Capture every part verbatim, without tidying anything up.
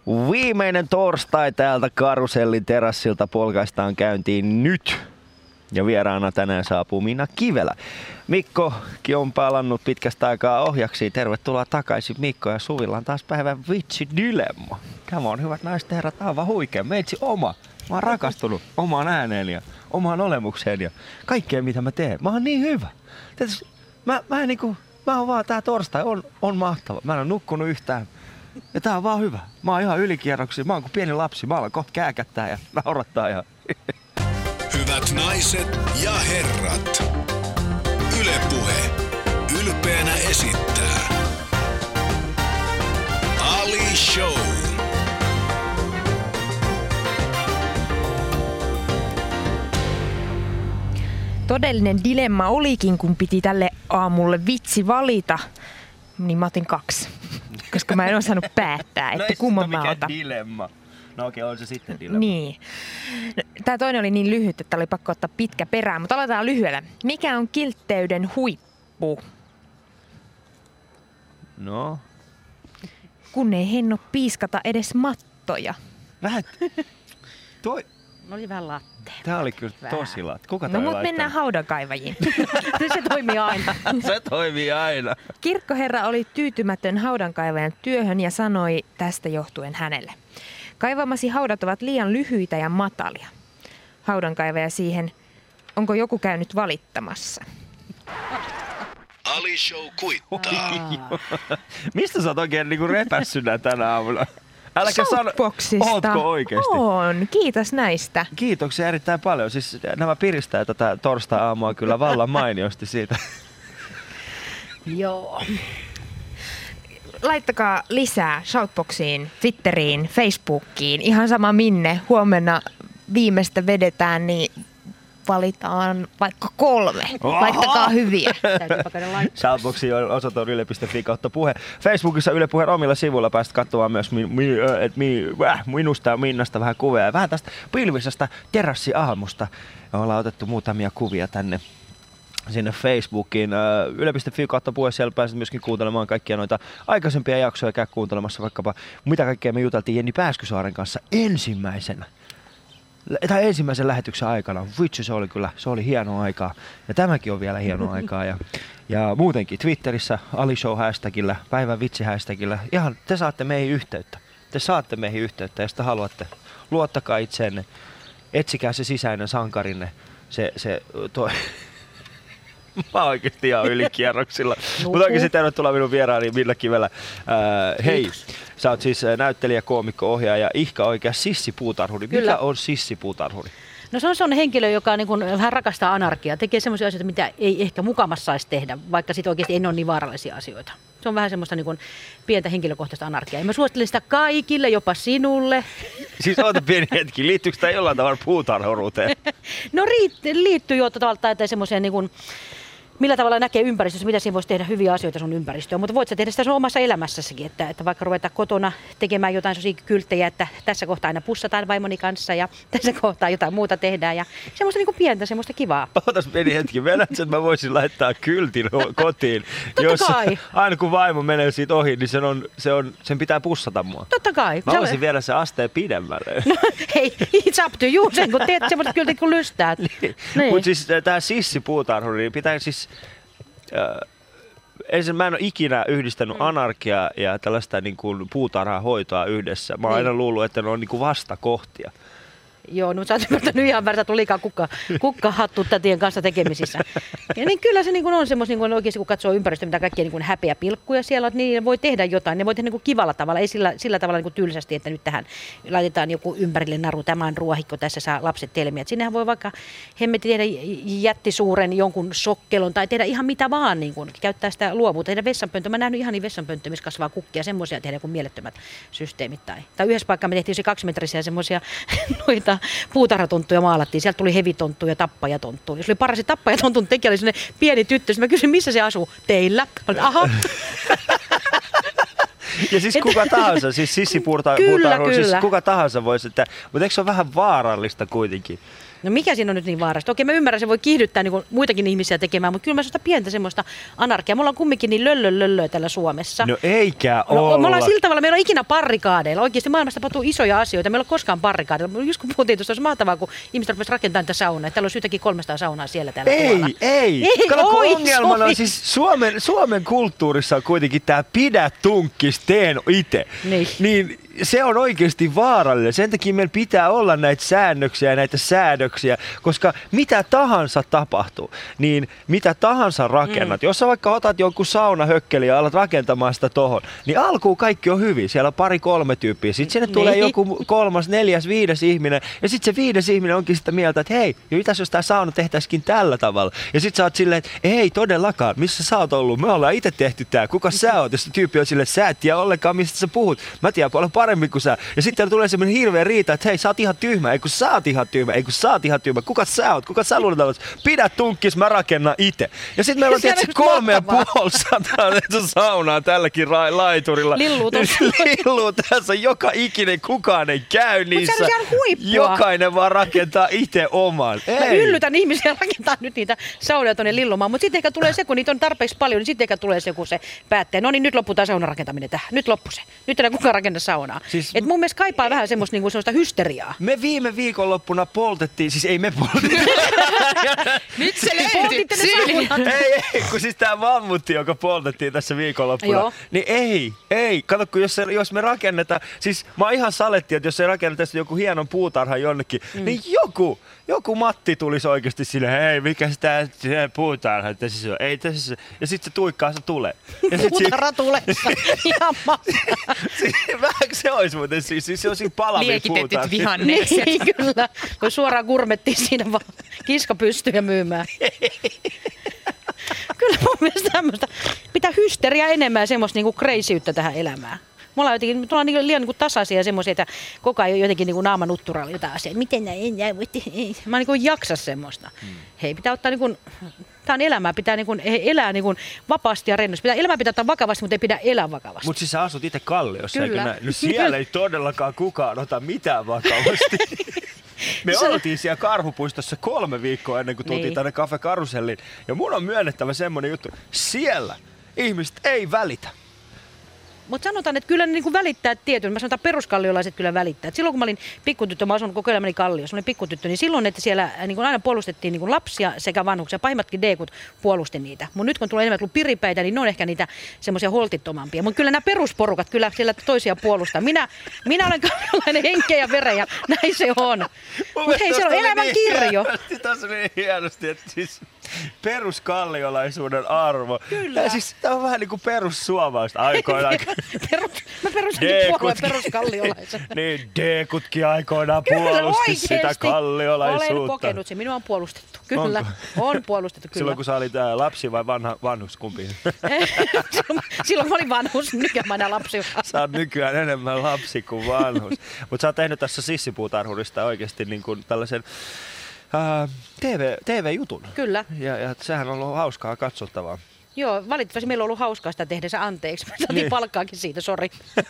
Viimeinen torstai täältä Karusellin terassilta polkaistaan käyntiin nyt. Ja vieraana tänään saapuu Minna Kivelä. Mikkokin on palannut pitkästä aikaa ohjaksiin. Tervetuloa takaisin Mikko, ja Suvilla on taas päivän vitsi-dilemma. Tämä on, hyvät naiset ja herrat, aivan huikea. Meitsi oma. Mä oon rakastunut omaan ääneen ja omaan olemukseen ja kaikkeen mitä mä teen. Mä oon niin hyvä. Tietysti, mä, mä, en niinku, mä oon vaan, tää torstai on, on mahtava. Mä en ole nukkunut yhtään. Ja tää on vaan hyvä. Mä oon ihan ylikierroksi. Mä oon kuin pieni lapsi. Mä alan kohta kääkättää ja naurattaa. Ja... Hyvät naiset ja herrat. Yle Puhe. Ylpeänä esittää Ali Show. Todellinen dilemma olikin, kun piti tälle aamulle vitsi valita, niin mä otin kaksi, koska mä en osannut päättää, että no kumman mä otan. Dilemma. No okei, okay, on se sitten dilemma. Niin. No, tää toinen oli niin lyhyt, että oli pakko ottaa pitkä perään, mutta aloitetaan lyhyellä. Mikä on kiltteyden huippu? No? Kun ei henno piiskata edes mattoja. Vähän... Toi... No oli vähän latte. Tää oli kyllä tosi latte. Kuka No mut mennään haudankaivajiin. Se toimii aina. Se toimii aina. Kirkkoherra oli tyytymätön haudankaivajan työhön ja sanoi tästä johtuen hänelle: kaivamasi haudat ovat liian lyhyitä ja matalia. Haudankaivaja siihen: onko joku käynyt valittamassa? Ali Show kuittaa. Mistä sä oot oikein niinku repässynä tänä aamuna? Äläkä sano, ootko oikeesti? On, kiitos näistä. Kiitoksia erittäin paljon. Siis nämä piristää tätä torstai-aamua kyllä vallan mainiosti siitä. Joo. Laittakaa lisää Shoutboxiin, Twitteriin, Facebookiin, ihan sama minne. Huomenna viimeistä vedetään, niin valitaan vaikka kolme. Oho! Laittakaa hyviä. Shoutboxiin on osoite yle piste fi kautta puhe. Facebookissa Yle Puheen omilla sivuilla päästä katsomaan myös mi, mi, et mi, äh, minusta ja Minnasta vähän kuvia. Ja vähän tästä pilvisestä terassiaamusta. Ja ollaan otettu muutamia kuvia tänne sinne Facebookiin. Yle piste fi kautta puhe, siellä pääset myöskin kuuntelemaan kaikkia noita aikaisempia jaksoja. Käy kuuntelemassa vaikkapa mitä kaikkea me juteltiin Jenni Pääskysaaren kanssa ensimmäisenä. Tai ensimmäisen lähetyksen aikana. Vitsi, se oli kyllä, se oli hienoa aikaa. Ja tämäkin on vielä hienoa aikaa. Ja, ja muutenkin Twitterissä Ali Show hashtagillä, päivän vitsi hashtagillä. Ihan te saatte meihin yhteyttä. Te saatte meihin yhteyttä, ja sitä haluatte. Luottakaa itseenne. Etsikää se sisäinen sankarinne. Se, se, toi... Mä oon oikeesti ihan ylikierroksilla. Mutta oikeesti tervetuloa minun vieraani Minna Kivelä. Äh, hei, sä oot siis näyttelijä, koomikko, ohjaaja, ihka oikea sissipuutarhuri. Mikä Kyllä. on sissipuutarhuri? No se on sellainen henkilö, joka niin kuin vähän rakastaa anarkiaa. Tekee semmoisia asioita, mitä ei ehkä mukamassa saisi tehdä, vaikka sitten oikeasti ei ole niin vaarallisia asioita. Se on vähän semmoista niin kuin pientä henkilökohtaista anarkiaa. Ja mä suosittelen sitä kaikille, jopa sinulle. Siis oota pieni hetki, liittyykö tämä jollain tavalla puutarhuruuteen? No liittyy jo tavallaan tai semmoiseen niin kuin millä tavalla näkee ympäristössä, mitä siinä voisi tehdä hyviä asioita sun ympäristöön. Mutta voit sä tehdä sitä sun omassa elämässässäkin, että, että vaikka ruveta kotona tekemään jotain sellaisia kylttejä, että tässä kohtaa aina pussataan vaimoni kanssa ja tässä kohtaa jotain muuta tehdään. Ja semmoista niin kuin pientä, semmoista kivaa. Ootas pieni hetki, vedätkö, että mä voisin laittaa kyltin kotiin? Totta jos kai. Aina kun vaimo menee siitä ohi, niin sen, on, se on, sen pitää pussata mua. Totta kai. Mä voisin viedä sen asteen pidemmälle. No, hei, it's up to you sen, kun teet semmoiset kyltit kun lystäät. Niin. Niin. Mutta siis tää sissipuutarhuri, niin pitää siis... Äh, ensin mä en ole ikinä yhdistänyt mm. anarkiaa ja tällaista niin kuin puutarhahoitoa yhdessä. Mä oon niin. aina luullut, että ne on niin kuin vastakohtia. Joo, no sä oot ymmärtänyt ihan väärin, että tulikaan kukka, kukkahattu tätien kanssa tekemisissä. Ja niin kyllä se niin on semmoista, niin oikeasti kun katsoo ympäristöä, mitä kaikkia niin häpeä pilkkuja siellä on, niin voi tehdä jotain. Ne voi tehdä niin kivalla tavalla, ei sillä, sillä tavalla niin tylsästi, että nyt tähän laitetaan joku ympärille naru, tämä on ruohikko, tässä saa lapset telmiä. Sinnehän voi vaikka hemmetti tehdä jättisuuren jonkun sokkelon tai tehdä ihan mitä vaan, niin kuin, käyttää sitä luovuutta, tehdä vessanpönttöä. Mä oon nähnyt ihan niin vessanpönttöä, missä kasvaa kukkia, semmoisia tehdä kuin mielettömät systeemit. Tai, tai yhdessä paikkaa me tehtiin se kaksimetrisiä semmoisia noita puutarhatonttuja maalattiin. Sieltä tuli hevitonttu ja tappajatonttu. Jos oli paras se tappajatontun tekijä, oli sellainen pieni tyttö. Sitten mä kysyin, missä se asuu? Teillä. Olin, aha. Ja siis kuka tahansa, siis sissipuutarhuri, siis kuka tahansa voisi, että, mutta eikö se ole vähän vaarallista kuitenkin? No mikä siinä on nyt niin vaarasta? Okei, mä ymmärrän, se voi kiihdyttää niin kuin muitakin ihmisiä tekemään, mutta kyllä mä sellaista pientä semmoista anarkiaa. Mulla on kumminkin niin löllö löllöä tällä Suomessa. No eikä no, olla. Me ollaan sillä tavalla, meillä on ikinä barrikaadeilla. Oikeasti maailmassa tapahtuu isoja asioita. Meillä on koskaan barrikaadeilla. Just kun puhuttiin tuossa, olisi mahtavaa, kun ihmiset rupesivat rakentamaan niitä saunaa. Täällä olisi yhtäkkiä kolmesataa saunaa siellä tällä Ei, tuolla. ei. Ei, Kato, kun oi, ongelmana on soi. siis Suomen, Suomen kulttuurissa on kuitenkin tää pidä tunkkis, teen ite. Niin. Niin se on oikeasti vaarallinen. Sen takia meillä pitää olla näitä säännöksiä ja näitä säädöksiä, koska mitä tahansa tapahtuu, niin mitä tahansa rakennat. Mm. Jos sä vaikka otat jonkun saunahökkeli ja alat rakentamaan sitä tohon, niin alkuun kaikki on hyvin. Siellä on pari kolme tyyppiä. Sitten sinne tulee Niin. joku kolmas, neljäs, viides ihminen. Ja sitten se viides ihminen onkin sitä mieltä, että hei, ja mitäs jos tää sauna tehtäisikin tällä tavalla. Ja sitten sä oot silleen, että ei todellakaan, missä sä oot ollut? Me ollaan itse tehty tää. Kuka sä oot? Ja se tyyppi on silleen, että sä et tiedä ollenkaan, mistä sä puhut. Mä tiedän paljon paremmin kuin sä. Ja sitten tulee semmoinen hirveä riita, että hei, sä oot ihan tyhmä. Ei kun sä oot ihan tyhmä. Ei kun sä oot ihan tyhmä. Kuka sä oot? Kuka sä luulet olet? Pidä tunkkis, mä rakennan itse. Ja sitten meillä on Se on tietysti just kolme ja mahtavaa. puoli sataa saunaa tälläkin ra- laiturilla. Lilluu tossa. Lilluu tässä joka ikinen, kukaan ei käy niissä. sehän on ihan huippua. Jokainen vaan rakentaa itse oman. Mä Ei. yllytän ihmisiä rakentaa nyt niitä saunoja tuonne Lillumaan, mutta sitten ehkä tulee se, kun niitä on tarpeeksi paljon, niin sitten ehkä tulee se, kun se päättää, no niin nyt loppuu tämä saunan rakentaminen tähän, nyt loppu se. Nyt enää kukaan rakenna saunaa. Siis- Et mun mielestä kaipaa vähän semmoista, niinku, semmoista hysteriaa. Me viime viikonloppuna poltettiin, siis ei me poltettiin. Nyt se Poltitte ne saunat. ei, ei, kun siis tää mammutti, joka poltettiin tässä viikonloppuna. Joo. Niin ei, ei. Kato, kun jos, se, jos me rakennetaan, siis mä oon ihan saletti, että jos se rakennetaan joku hienon puutarhan jonnekin, mm. niin joku, joku Matti tulisi oikeasti sille, hei, mikä se tää se puutarha tässä on? Ei tässä. Ja sit se tuikkaa, se tulee. Ja sit Puutarha tulessa. Ihan mahtavaa. si- vähän se olisi muuten, siis, siis se on siinä palavia Liekitetyt puutarha. vihannekset. Niin, kyllä. Kun suoraan kurmettiin siinä vaan kiska pystyy ja myymään. Kyllä mun mielestä tämmöistä pitää hysteriaa enemmän ja semmoista niinku crazyyttä tähän elämään. Me ollaan jotenkin, me ollaan liian niinku tasaisia ja semmoisia, että koko ajan jotenkin niinku naama nutturalla jotain asiaa. Miten näin, näin, ei. Mä en niinku jaksa semmoista. Hmm. Hei, pitää ottaa niinku, tää on elämää, pitää niinku elää niinku vapaasti ja rennosti. Pitää, elämää pitää ottaa vakavasti, mutta ei pidä elää vakavasti. Mut siis sä asut itse Kalliossa, Kyllä. eikö näin? No siellä ei todellakaan kukaan ota mitään vakavasti. Me Se- oltiin siellä Karhupuistossa kolme viikkoa ennen kuin tultiin Niin. tänne Cafe Karuselliin. Ja mun on myönnettävä semmonen juttu. Siellä ihmiset ei välitä. Mutta sanotaan, että kyllä ne niinku välittää tietyn. Mä sanotaan, että peruskalliolaiset kyllä välittää. Et silloin kun mä olin pikkutyttö, mä asun koko elämäni Kalliossa, mä olin pikkutyttö, niin silloin, että siellä äh, niin aina puolustettiin niin lapsia sekä vanhuksia. Pahimmatkin deekut puolusti niitä. Mutta nyt kun tulee enemmän tullut piripäitä, niin ne on ehkä niitä semmoisia holtittomampia. Mutta kyllä nämä perusporukat kyllä siellä toisia puolustaa. Minä, minä olen kalliolainen henkeä ja veren ja näin se on. Mutta hei, siellä on elämän kirjo. Tässä oli hienosti, että siis peruskalliolaisuuden arvo. Kyllä. Ja siis tämä on vähän niin kuin perussuomalaiset aikoinaan. Perus, mä perustin puolueen peruskalliolaisen. Niin, D-kutkin aikoinaan Kyllä, puolusti oikeesti. sitä kalliolaisuutta. Olen kokenut sen. Minua on puolustettu. Kyllä, Onko? on puolustettu. Kyllä. Silloin kun sä olit ää, lapsi vai vanha, vanhus, kumpi? silloin, silloin mä olin vanhus, nykyään mä enää lapsi. Sä oot nykyään enemmän lapsi kuin vanhus. Mutta sä oot tehnyt tässä sissipuutarhurista oikeasti niin kuin tällaisen ää, T V, T V-jutun. Kyllä. Ja, ja sehän on ollut hauskaa katsottavaa. Joo, valitettavasti meillä on ollut hauskaa sitä tehdessä, anteeksi. Me saatiin Niin. palkkaakin siitä, sori.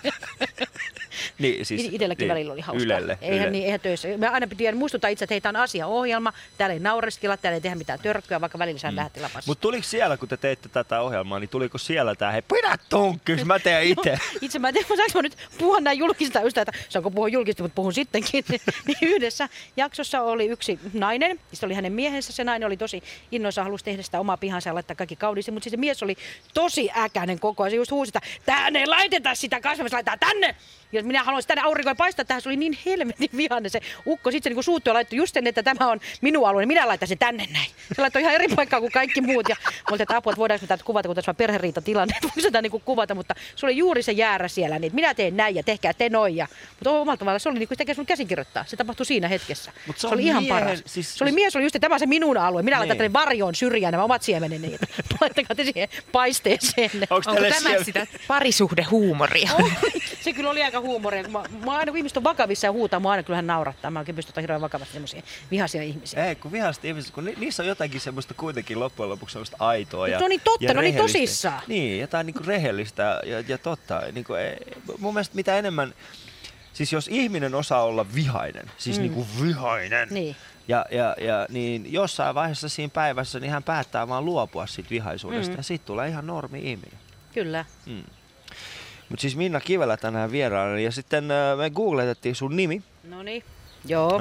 Niin, siis, Itselläkin niin, välillä oli hauskaa. Ylelle. Eihän, yle. niin, eihän töissä. Me aina piti muistuttaa itse, että heitä on asiaohjelma. Täällä ei naureskella, täällä ei tehdä mitään törkkyä, vaikka välillä sä mm. lähti lapassa. Mutta tuliko siellä, kun te teitte tätä ohjelmaa, niin tuliko siellä tää, hei, pidä tunkkis, mä teen itse. No, itse mä en tiedä, saanko mä nyt puhua näin julkista ystä, että saanko puhua julkista, mutta puhun sittenkin. Niin yhdessä jaksossa oli yksi nainen, se oli hänen miehensä. Se nainen oli tosi innoissaan, halusi tehdä sitä omaa pihansa ja laittaa kaikki kauniisti, mutta siis se mies oli tosi äkäinen koko ajan. Se just huusi, että tänne ei laiteta sitä kasvamista, laitetaan tänne. Ja minä haluaisin tänne aurinkoon paistaa tähän. Se oli niin helvetin vihainen se ukko. Sitten se niin suuttui ja laittoi just sen, että tämä on minun alue, niin minä laitan sen tänne näin. Se laittoi ihan eri paikkaan kuin kaikki muut. Ja mä olin, että apua, että voidaanko me täältä kuvata, kun tässä on perheriitatilanne. Voiko sitä niin kuvata, mutta se oli juuri se jäärä siellä. Niin, minä teen näin ja tehkää te noin. Ja, mutta omalla tavalla se oli niin kuin tekee sun käsikirjoittaa. Se tapahtui siinä hetkessä. Mut se se on oli ihan miehen- paras. siis- se oli mies, oli just, että tämä on se minun alue. Minä laitan Niin. tänne varjoon syrjään nämä omat siemeneni. Että laittakaa te siihen paisteeseen. Onks Onko teille tämä siellä- sitä parisuhdehuumoria? Oh, se kyllä oli aika huumoria. Kun Mä, mä aina kun ihmiset on vakavissa ja huutaa, mä aina kyllä hän naurattaa. Mä oikein pystyn ottaa hirveän vakavasti semmoisia vihaisia ihmisiä. Ei, kun vihasta ihmiset, kun ni, niissä on jotakin semmoista kuitenkin loppujen lopuksi semmoista aitoa. Ja, No niin totta, ja no niin rehellistä. tosissaan. Niin, jotain niinku rehellistä ja, ja totta. Niinku, ei, mun mielestä mitä enemmän, siis jos ihminen osaa olla vihainen, siis mm. niinku vihainen, Niin. Ja, ja, ja niin jossain vaiheessa siinä päivässä niin hän päättää vaan luopua siitä vihaisuudesta mm. ja siitä tulee ihan normi-ihminen. Kyllä. Mm. Mutta siis Minna Kivelä tänään vieraana ja sitten äh, me googletettiin sun nimi. Noniin, joo.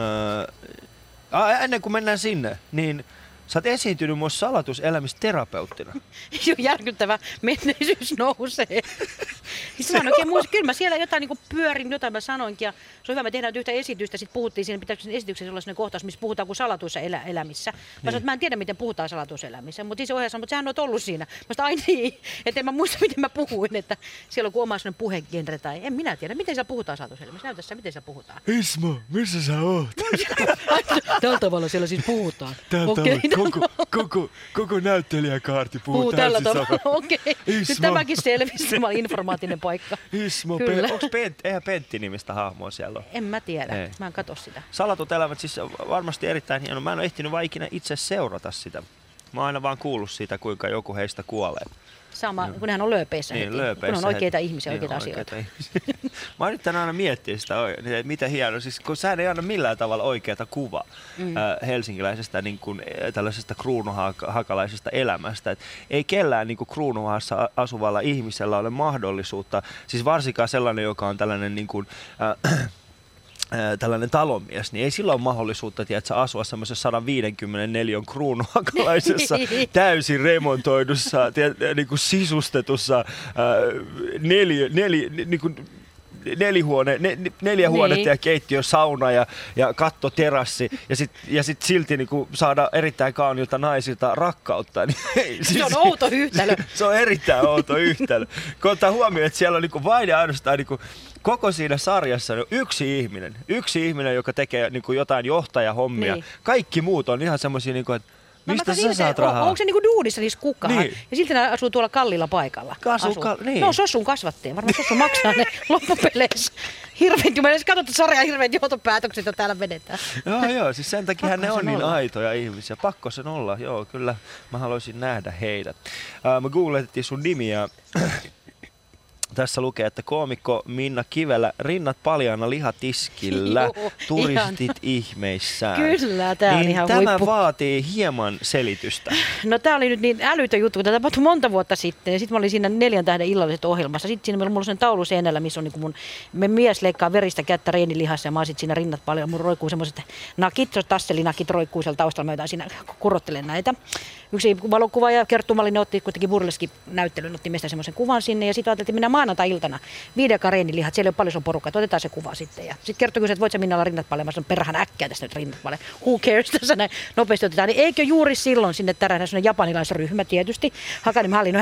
Äh, ennen kuin mennään sinne, niin sä oot esiintynyt myös salatuselämisterapeuttina. Joo, järkyttävä menneisyys nousee. Siis mä en oikein muista, kyllä mä siellä jotain niin pyörin, jotain mä sanoinkin ja se on hyvä, me tehdään nyt yhtä esitystä, sitten puhuttiin siinä, pitääkö sen esityksen olla sellainen kohtaus, missä puhutaan kuin salatuissa elä, elämissä. Mä niin. sanoin, että mä en tiedä, miten puhutaan salatuselämissä, mutta siis ohjeessa, mutta sehän on ollut siinä. Mä sanoin, ai niin, että en mä muista, miten mä puhuin, että siellä on kuin oma sellainen puhegenre tai en minä tiedä, miten siellä puhutaan salatuselämissä. Näytä sä, miten siellä puhutaan. Ismo, missä sä oot? Tällä tavalla siellä siis puhutaan. Tällä okay. Koko, koko, koko näyttelijäkaarti puhuu, puhuu tällä tavalla. Okei. Okay. Nyt tämäkin selvisi. Tämä oli informaatinen paikka. Ismo, Pe- onko Pent, eihän Pentti-nimistä hahmoa siellä ole? En mä tiedä. Ei. Mä en katso sitä. Salatut elämät siis varmasti erittäin hieno. Mä en ole ehtinyt vaan ikinä itse seurata sitä. Mä oon aina vaan kuullut siitä, kuinka joku heistä kuolee. Sama, kun hän on lööpeissä niin, heti. lööpeissä kun on oikeita heti. ihmisiä, oikeita niin, asioita. Oikeita mä yritän aina miettiä sitä, että mitä hienoa. Siis, kun sä ei anna millään tavalla oikeata kuvaa mm. äh, helsinkiläisestä niin kuin, tällaisesta kruunuhakalaisesta elämästä. Et ei kellään niin kuin kruunuhassa asuvalla ihmisellä ole mahdollisuutta, siis varsinkaan sellainen, joka on tällainen niin kuin, äh, tällainen talonmies, niin ei sillä ole mahdollisuutta tiedätkö, asua semmoisessa sata viisikymmentäneljä kruunuhakalaisessa täysin remontoidussa, tiedätkö, niin kuin sisustetussa ää, neljä, neljä, niin kuin nelihuone, ne, neljä niin. huonetta ja keittiö, sauna ja, ja kattoterassi ja sitten ja sit silti niin kuin saada erittäin kaunilta naisilta rakkautta. Niin, se siis, on outo yhtälö. Se on erittäin outo yhtälö. Kun ottaa huomioon, että siellä on niin kuin vain ja ainoastaan niin kuin koko siinä sarjassa on yksi ihminen, yksi ihminen, joka tekee niin kuin jotain johtajahommia. Niin. Kaikki muut on ihan semmoisia, niin kuin, että mistä no, sä saat rahaa? On, onko se niinku duudissa niissä kukaan? Niin. Ja silti ne asuu tuolla kalliilla paikalla. Asuu, kal- niin. No Sossun kasvattajia. Varmaan Sossu maksaa ne loppupeleissä. Hirveet, kun me edes katsottu sarjaa, hirveet johtopäätökset, joita täällä vedetään. Joo, joo. Siis sen takia ne on olla. niin aitoja ihmisiä. Pakko sen olla. Joo, kyllä. Mä haluaisin nähdä heidät. Uh, me googletettiin sun nimiä. Tässä lukee, että koomikko Minna Kivelä, rinnat paljaana lihatiskillä, Joo, turistit ihan ihmeissään. Kyllä, tää niin on ihan tämä huippu. vaatii hieman selitystä. No tää oli nyt niin älytön juttu, kun tämä tapahtui monta vuotta sitten. Ja sitten mä olin siinä Neljän tähden illalliset ohjelmassa. Sitten siinä mulla on sen taulu seinällä, missä on niin kuin mun mies leikkaa veristä kättä reenilihassa ja mä oon sit siinä rinnat paljon. Mun roikkuu semmoiset nakit, tasselinakit roikkuu siellä taustalla. Mä jotain siinä kurottelen näitä. Yksi valokuvaaja Kerttu Malinen otti kuitenkin burleski näyttelyn, otti meistä semmoisen kuvan sinne ja sitten ajateltiin, että minä maanantai-iltana viideka reenilihat, siellä ei ole paljon, se on porukka, että otetaan se kuva sitten. Ja sitten Kerttu kysyi, että voit sä Minna olla rinnat paljon, mä sanon perhän äkkiä tästä nyt rinnat paljon, who cares, tässä näin nopeasti otetaan. Niin eikö juuri silloin sinne tärähdä semmoinen japanilaisryhmä tietysti, Hakanim Hallin,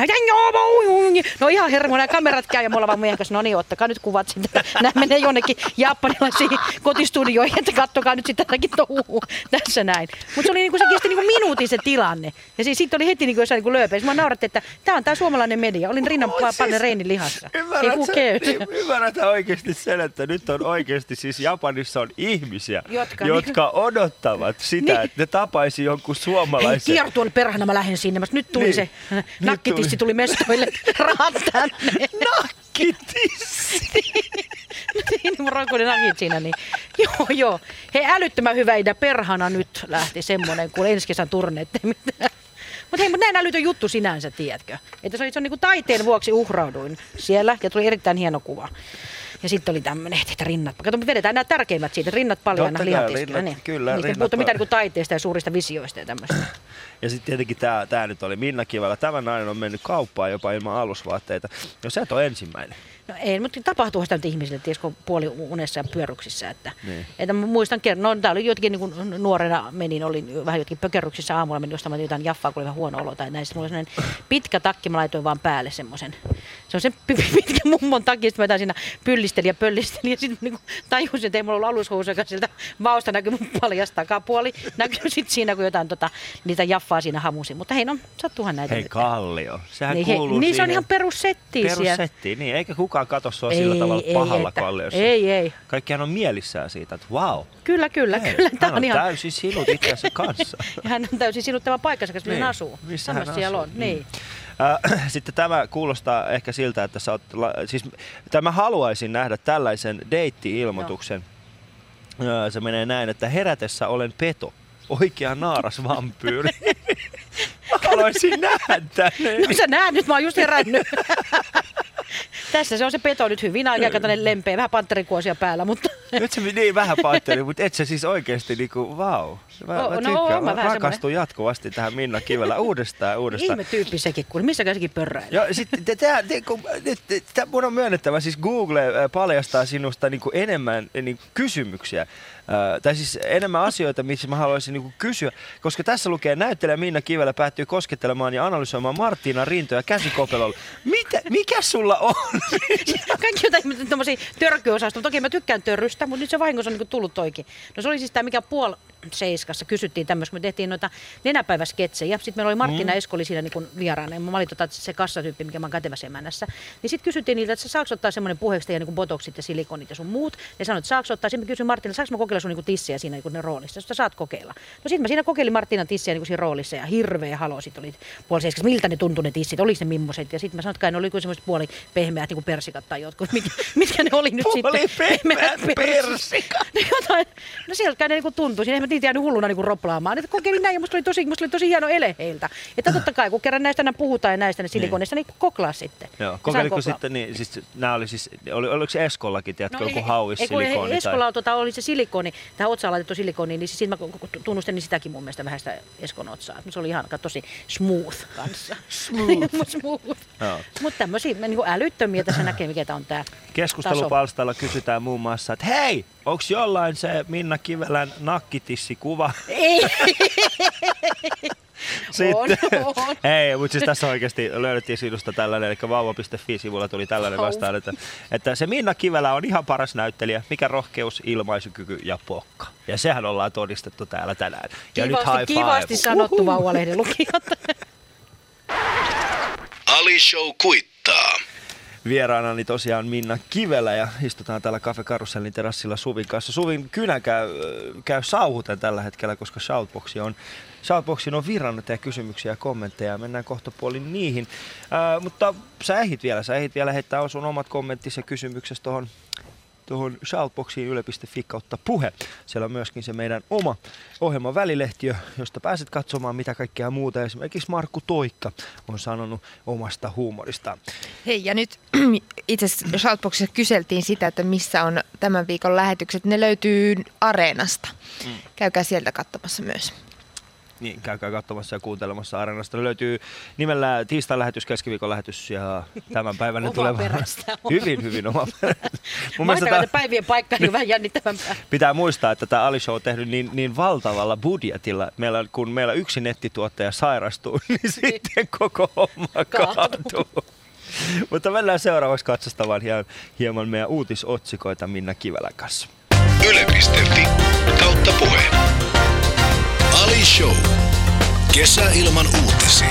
no ihan hermo, nämä kamerat käy ja mulla vaan meidän kanssa, no niin, ottakaa nyt kuvat sitten, nämä menee jonnekin japanilaisiin kotistudioihin, että kattokaa nyt sitten tätäkin touhua tässä näin. Mutta se oli niinku, se kesti niinku minuutin se tilanne. Ja siis sitten oli heti niinku jossain niinku lööpeissä. Mä naurattiin, että tää on tää suomalainen media. Olin rinnan oh, siis, paljon reinin lihassa. Ymmärrätä oikeasti sen, että nyt on oikeasti siis Japanissa on ihmisiä, jotka, jotka niin, odottavat sitä, niin, että ne tapaisi jonkun suomalaisen. Hei, kiertuoli perhana, mä lähden sinne. Nyt tuli niin, se nakkitissi tuli mestoille rahat tänne. Nakkitissi! Niin, mun roikkuuden nakit siinä. Niin. Joo, joo. Hei, älyttömän hyvä idea. Perhana nyt lähti semmonen, kun ensi kesän turneet mitään. Mutta hei, mutta näin älytön juttu sinänsä, tiedätkö? Että se oli, se on niin kuin taiteen vuoksi uhrauduin siellä ja tuli erittäin hieno kuva. Ja sitten oli tämmöinen, että rinnat, kato, me vedetään nämä tärkeimmät siitä, rinnat paljaana lihatiskillä. Niin. Kyllä, niistä ei puhuta mitään niin taiteesta ja suurista visioista ja tämmöistä. Ja sitten tietenkin tämä, tämä nyt oli Minna Kivelä. Tämä nainen on mennyt kauppaan jopa ilman alusvaatteita. No sä et ole ensimmäinen. No ei, mutta tapahtuu sitä nyt ihmisille, tiesikö, puoli unessa ja pyörryksissä. Että, niin. Että mä muistan kerran, no tää oli jotenkin niin kuin nuorena menin, olin vähän jotenkin pökerryksissä aamulla, menin ostamaan jotain jaffaa, kun oli vähän huono olo tai näin. Sitten mulla oli sellainen pitkä takki, mä laitoin vaan päälle semmoisen. Se on se pitkä mummon takki, sitten mä jotain siinä pyllistelin ja pöllistelin ja sitten niin tajusin, että ei mulla ollut alushousu, joka sieltä vaosta näkyi mun paljas takapuoli. Näkyy sitten siinä, kun jotain tota, niitä jaffaa siinä hamusin. Mutta hei, no sattuuhan näitä. Hei, Kallio. Sehän niin, kuuluu he, niin se on siihen. ihan perussettiä siellä. Perussettiä, niin. Eikä kukaan katso sua ei, sillä tavalla ei, pahalla että, Kalliossa. Ei, ei. Kaikkihan on mielissään siitä, että vau. Kyllä, kyllä. Hei, kyllä hän on, on ihan täysin sinut itseänsä kanssa. Ja hän on täysin sinuttava paikkansa, koska niin. hän asuu. Missä hän asuu. Siellä on, niin. Sitten tämä kuulostaa ehkä siltä, että sä oot, siis tämä haluaisin nähdä tällaisen deitti-ilmoituksen. No. Se menee näin, että herätessä olen peto. oikea naarasvampyyri. Mä haluaisin nähdä tänne. No sä näet nyt, mä oon just herännyt. Tässä se on se peto nyt hyvin aikaa, katsotaan lempeä, vähän pantterikuosia päällä, mutta... Nyt se niin vähän pantteri, mutta et sä siis oikeesti niinku, vau. Mä, Oh, mä no, tykkään, mä mä vähän rakastun jatkuvasti tähän Minna Kivelä uudestaan ja uudestaan. Ihme tyyppi sekin, kuule. Missäkään sekin pörräilee? Joo, sitten te, te, te, kun, nyt, te, te, mun on myönnettävä, siis Google paljastaa sinusta niinku enemmän niinku kysymyksiä. Äh, tai siis enemmän asioita, missä mä haluaisin niinku kysyä, koska tässä lukee näyttelijä Minna Kivelä päättyy koskettelemaan ja analysoimaan Marttiina rintoja käsikopelolla. Mitä, mikä sulla on? Kaikki jotain tommosia törkyosastoja. Toki mä tykkään törrystä, mutta nyt se vahingossa on niinku tullut toikin. No se oli siis tää mikä puol seiskassa kysyttiin tämmöistä, kun me tehtiin noita nenäpäiväsketsejä. Sitten meillä oli Marttiina mm. Esko oli siinä niin vieraana. Mä olin tota, se kassatyyppi, mikä mä oon kätevässä emännässä. Niin sitten kysyttiin niiltä, että saako ottaa semmoinen puheeksi teidän niin botoksit ja silikonit ja sun muut. Ja sanoin, että saako ottaa. Sitten mä kysyin Marttiina, saanko mä kokeilla sun niin tissiä siinä niin ne roolissa. Sitten saat kokeilla. No sitten mä siinä kokeilin Marttiinan tissiä niin siinä roolissa ja hirveä halo sit oli puoli seiskassa. Miltä ne tuntui ne tissit? Oliko ne mimmoset? Ja sitten mä sanoin, että kai ne oli semmoiset puoli pehmeät niin kuin persikat tai jotkut. Mit, mitkä ne oli nyt puoli sitten? Pehmeät persikat. No sieltä kai ne niin tuntui. Siinä en mä niitä jäänyt hulluna niin roplaamaan. Että kokeilin näin ja musta oli tosi, musta oli tosi hieno ele heiltä. Että totta kai, kun kerran näistä enää puhutaan ja näistä silikoneista, niin, niin koklaa sitten. Joo, kokeilitko sitten, niin, siis nämä oli siis, oli, oliko se Eskollakin, tiedätkö, no, joku hauis silikoni? Eskolla on, tota, oli se silikoni, tähän otsaan laitettu silikoni, niin siitä mä tunnustelin sitäkin mun mielestä vähän sitä Eskon otsaa. Se oli ihan tosi smooth kanssa. Smooth. smooth. Mutta tämmöisiä niin älyttömiä tässä näkee, mikä tää on tää keskustelupalstalla kysytään muun muassa, että hei, onko jollain se Minna Kivelän nakkitissikuva? Ei. Sitten, on, on. Ei, mutta siis tässä oikeasti löydettiin sinusta tällainen, eli vauva piste fi-sivulla tuli tällainen vastaan, että, että se Minna Kivelä on ihan paras näyttelijä, mikä rohkeus, ilmaisukyky ja pokka. Ja sehän ollaan todistettu täällä tänään. Ja kivasti, nyt high five. Kivasti sanottu Uhuhu. Vauvalehden lukijat. Ali Show kuittaa. Vieraanani tosiaan Minna Kivelä ja istutaan täällä Cafe Karusellin terassilla Suvin kanssa. Suvin kynä käy, käy sauhuten tällä hetkellä, koska Shoutboxi on, Shoutboxin on virannut ja kysymyksiä ja kommentteja. Mennään kohta puolin niihin. Ää, mutta sä ehdit vielä, sä ehdit vielä heittää sun omat kommenttisi ja kysymyksestä tuohon tuohon shoutboxiin yle piste fi kautta puhe. Siellä on myöskin se meidän oma ohjelman välilehtiö, josta pääset katsomaan mitä kaikkea muuta. Esimerkiksi Markku Toikka on sanonut omasta huumoristaan. Hei, ja nyt itse asiassa shoutboxissa kyseltiin sitä, että missä on tämän viikon lähetykset. Ne löytyy Areenasta. Mm. Käykää sieltä katsomassa myös. Niin, käykää katsomassa ja kuuntelemassa Areenasta. Ne löytyy nimellä tiistain lähetys, keskiviikon lähetys ja tämän päivän ne tulevat hyvin, hyvin oma perästä. Vaihtakaa päivien paikka, niin vähän jännittävämpää. Pitää muistaa, että tämä Ali Show on tehnyt niin, niin valtavalla budjetilla. Meillä, kun meillä yksi nettituottaja sairastuu, niin sitten koko homma kaatuu. Mutta mennään seuraavaksi katsostamaan hieman, hieman meidän uutisotsikoita Minna Kivelän kanssa. yle piste fi kautta puhe. Ali Show. Kesä ilman uutisia.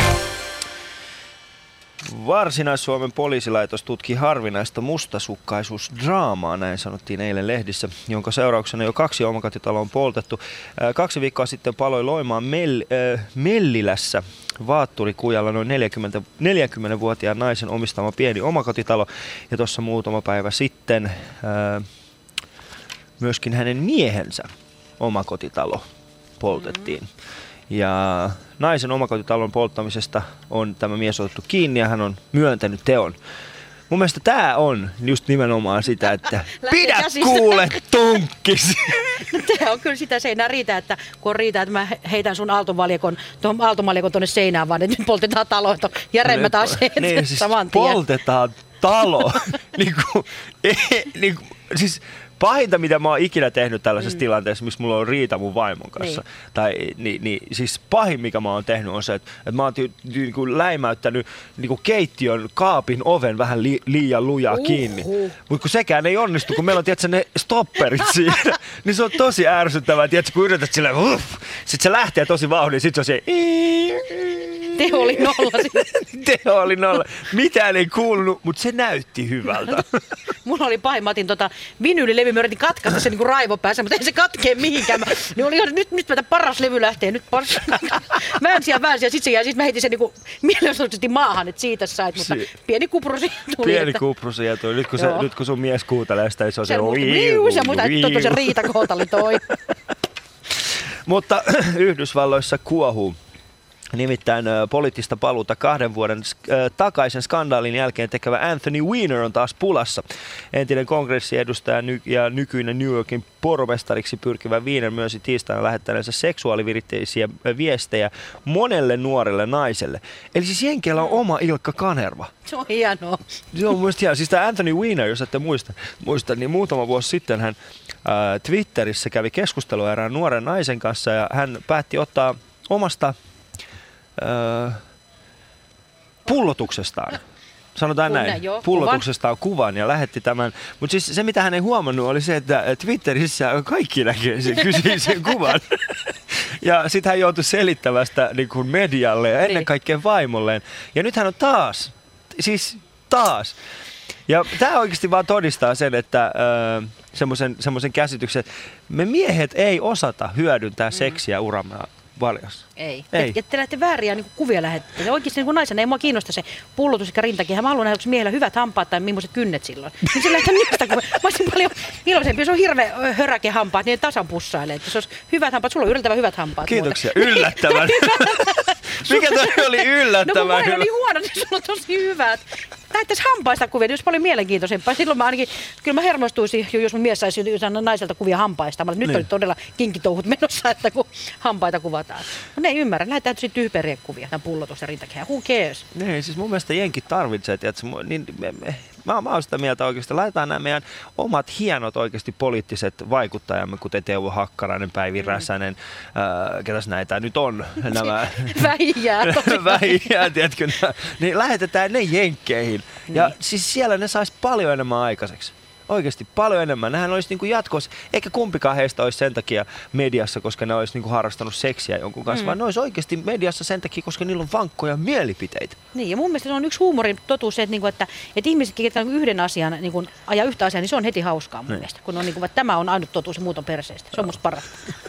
Varsinais-Suomen poliisilaitos tutki harvinaista mustasukkaisuusdraamaa, näin sanottiin eilen lehdissä, jonka seurauksena jo kaksi omakotitaloa on poltettu. Kaksi viikkoa sitten paloi Loimaan Mell- äh, Mellilässä Vaatturikujalla noin neljäkymmentä, neljäkymmenvuotiaan naisen omistama pieni omakotitalo. Ja tuossa muutama päivä sitten äh, myöskin hänen miehensä omakotitalo poltettiin. Ja naisen omakotitalon polttamisesta on tämä mies otettu kiinni ja hän on myöntänyt teon. Mun mielestä tää on just nimenomaan sitä, että pidä kuule tunkkisi. Tämä on kyllä sitä, se ei enää riitä, että kun on riitä, että mä heitän sun aaltomaljakon, tuon aaltomaljakon tuonne seinään, vaan että nyt poltetaan talo, että järemmät aseet niin, siis saman tien. Poltetaan talo. niin kuin, ei, niin kuin, siis pahinta, mitä mä oon ikinä tehnyt tällaisessa mm. tilanteessa, missä mulla on riita mun vaimon kanssa. Niin. Tai, niin, niin, siis pahin, mikä mä oon tehnyt, on se, että, että mä oon ty, ty, niin kuin läimäyttänyt niin kuin keittiön kaapin oven vähän li, liian lujaa uh-huh. kiinni. Mutta kun sekään ei onnistu, kun meillä on tiedätkö, ne stopperit siinä, niin se on tosi ärsyttävää. Tiedätkö, kun yrität silleen, uff, sit se lähtee tosi vauhdin, sit se on se teho oli nolla. Teho oli nolla. Mitään ei kuulunut, mutta se näytti hyvältä. Mulla oli pahin, mä otin tota vinyylilevy, mä yritin katkaista sen niin raivo päässä, mutta ei se katkee mihinkään. Mä, niin oli, nyt, nyt mä paras levy lähtee, nyt paras. Väänsi ja väänsi ja sit se jäi, siis mä heitin sen niin mielenosoituksesti maahan, että siitä sait, mutta si- pieni kuprusi tuli. Pieni että... kuprusi ja tuli. Nyt kun, se, nyt kun sun mies kuutelee sitä, se on se oi. Se muista, että se riita kohtalle toi. Mutta Yhdysvalloissa kuohuu. Nimittäin ä, poliittista paluuta kahden vuoden ä, takaisen skandaalin jälkeen tekevä Anthony Weiner on taas pulassa. Entinen kongressiedustaja ny- ja nykyinen New Yorkin pormestariksi pyrkivä Weiner myönsi tiistaina lähettäneensä seksuaaliviritteisiä viestejä monelle nuorelle naiselle. Eli siis Jenkeillä on oma Ilkka Kanerva. Se on hienoa. Se on mielestäni hienoa. Siis tämä Anthony Weiner, jos ette muista, muista niin muutama vuosi sitten hän ä, Twitterissä kävi keskustelua erään nuoren naisen kanssa ja hän päätti ottaa omasta Öö, pullotuksestaan. Sanotaan Kunne, näin. joo, Pullotuksestaan kuvan ja lähetti tämän. Mutta siis se, mitä hän ei huomannut, oli se, että Twitterissä kaikki näkee sen, kysyi sen kuvan. Ja sitten hän joutui selittävästä niin kuin medialle ja ennen niin. kaikkea vaimolleen. Ja nyt hän on taas, siis taas. Ja tämä oikeasti vaan todistaa sen, että öö, semmoisen käsityksen, että me miehet ei osata hyödyntää mm. seksiä uramme valjassa. Ei. Ei. Et, et te lähdette vääriä niin kuvia lähette. Oikeasti niin naisena ei mua kiinnosta se pullotus eikä rintakin. Mä haluan nähdä, onko miehellä hyvät hampaat tai millaiset kynnet silloin. Niin se lähtee niistä kuvia. Mä olisin paljon iloisempi, jos on hirveä höräke hampaat, niin tasan pussailee. Että jos olisi hyvät hampaat, sulla on yllättävän hyvät hampaat. Kiitoksia. Muuten. Yllättävän. Mikä toi oli yllättävän? No kun mä oli huono, niin sulla on tosi hyvät. Lähettäisiin hampaista kuvia, niin olisi paljon mielenkiintoisempaa. Silloin mä ainakin, kyllä mä hermostuisin, jos mun mies saisi naiselta kuvia hampaista. Mä nyt niin. Oli todella kinkitouhut menossa, että kun hampaita kuvataan. No ne ei ymmärrä. Lähdetään sitten tyhperiä kuvia, tämän pullotus ja rintakehä. Who cares? Niin, siis mun mielestä jenkit tarvitsee, tiedätkö, niin, me, me, mä, mä oon sitä mieltä oikeasti. Laitetaan nämä meidän omat hienot oikeasti poliittiset vaikuttajamme, kuten Teuvo Hakkarainen, Päivi mm. Räsänen, äh, ketäs näitä nyt on? Nämä Väijää. Väijää, tiedätkö? Niin lähetetään ne jenkkeihin. Niin. Ja siis siellä ne sais paljon enemmän aikaiseksi. Oikeasti paljon enemmän. Nehän olisi niinku jatkossa, eikä kumpikaan heistä olisi sen takia mediassa, koska ne olisi niinku harrastanut seksiä jonkun kanssa, mm. vaan ne olisi oikeasti mediassa sen takia, koska niillä on vankkoja mielipiteitä. Niin, ja mun mielestä se on yksi huumorin totuus se, että, niinku, että, että ihmisetkin, ketkä yhden asian niinku, ajaa yhtä asiaa, niin se on heti hauskaa mun niin. mielestä. Kun on niinku, että tämä on ainut totuus ja muut on perseestä. Se on musta parasta.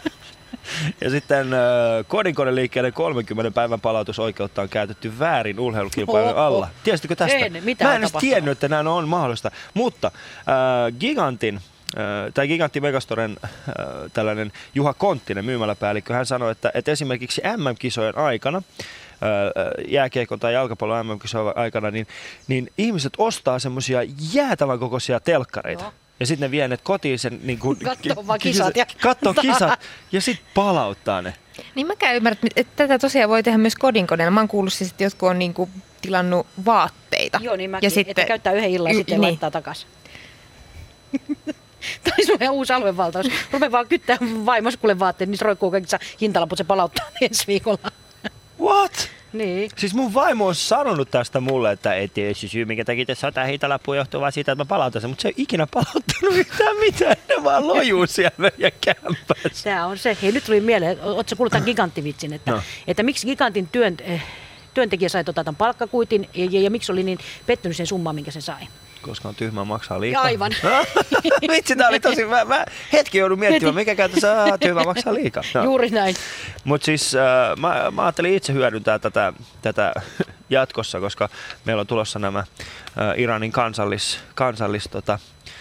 Ja sitten äh, kodinkoneliikkeiden kolmenkymmenen päivän palautusoikeutta on käytetty väärin urheilukilpailujen alla. Tiesitkö tästä? En, mitä Mä en edes tiennyt, että näin on mahdollista. Mutta äh, Gigantin, äh, tai Gigantti Megastoren äh, tällainen Juha Konttinen, myymäläpäällikkö, hän sanoi, että, että esimerkiksi M M-kisojen aikana, äh, jääkiekon tai jalkapallon M M-kisojen aikana, niin, niin ihmiset ostaa semmoisia jäätävän kokoisia telkkareita. Joo. Ja sitten ne vie ne kotiin sen niin kuin, kattoo vaan kisat ja kattoo kisat ja sitten palauttaa ne. Niin mäkään ymmärrän, että tätä tosiaan voi tehdä myös kodinkoneella. Mä oon kuullut siis, että jotkut on niinku tilannut vaatteita. Joo, niin mäkin, ja sitten, että käyttää yhden illan ja sitten niin. laittaa takaisin. Tämä on ihan uusi aluevaltaus. Rupee vaan kyttää vaimoskulle vaatteet, niin se roikkuu kaikissa hintalaput, se palauttaa ensi viikolla. What? Niin. Siis mun vaimo on sanonut tästä mulle, että ei tiedä se syy, minkä takia tässä on tämä hintalappu johtuu vaan siitä, että mä palautan sen, mutta se ei ikinä palauttanut yhtään mitään, ne vaan lojuu siellä meidän kämpässä. Tämä on se. Hei, nyt tuli mieleen, ootko kuullut tämän giganttivitsin, että, no. että miksi gigantin työn, työntekijä sai tota tämän palkkakuitin ja, ja, ja miksi oli niin pettynyt sen summaan, minkä se sai? Koska on tyhmää maksaa liikaa. Aivan. Vitsi, tää oli tosi, mä, mä hetki joudun miettimään, mikä käytössä tyhmää maksaa liikaa. No. Juuri näin. Mutta siis äh, mä, mä ajattelin itse hyödyntää tätä, tätä jatkossa, koska meillä on tulossa nämä äh, Iranin kansallis, kansallis tota,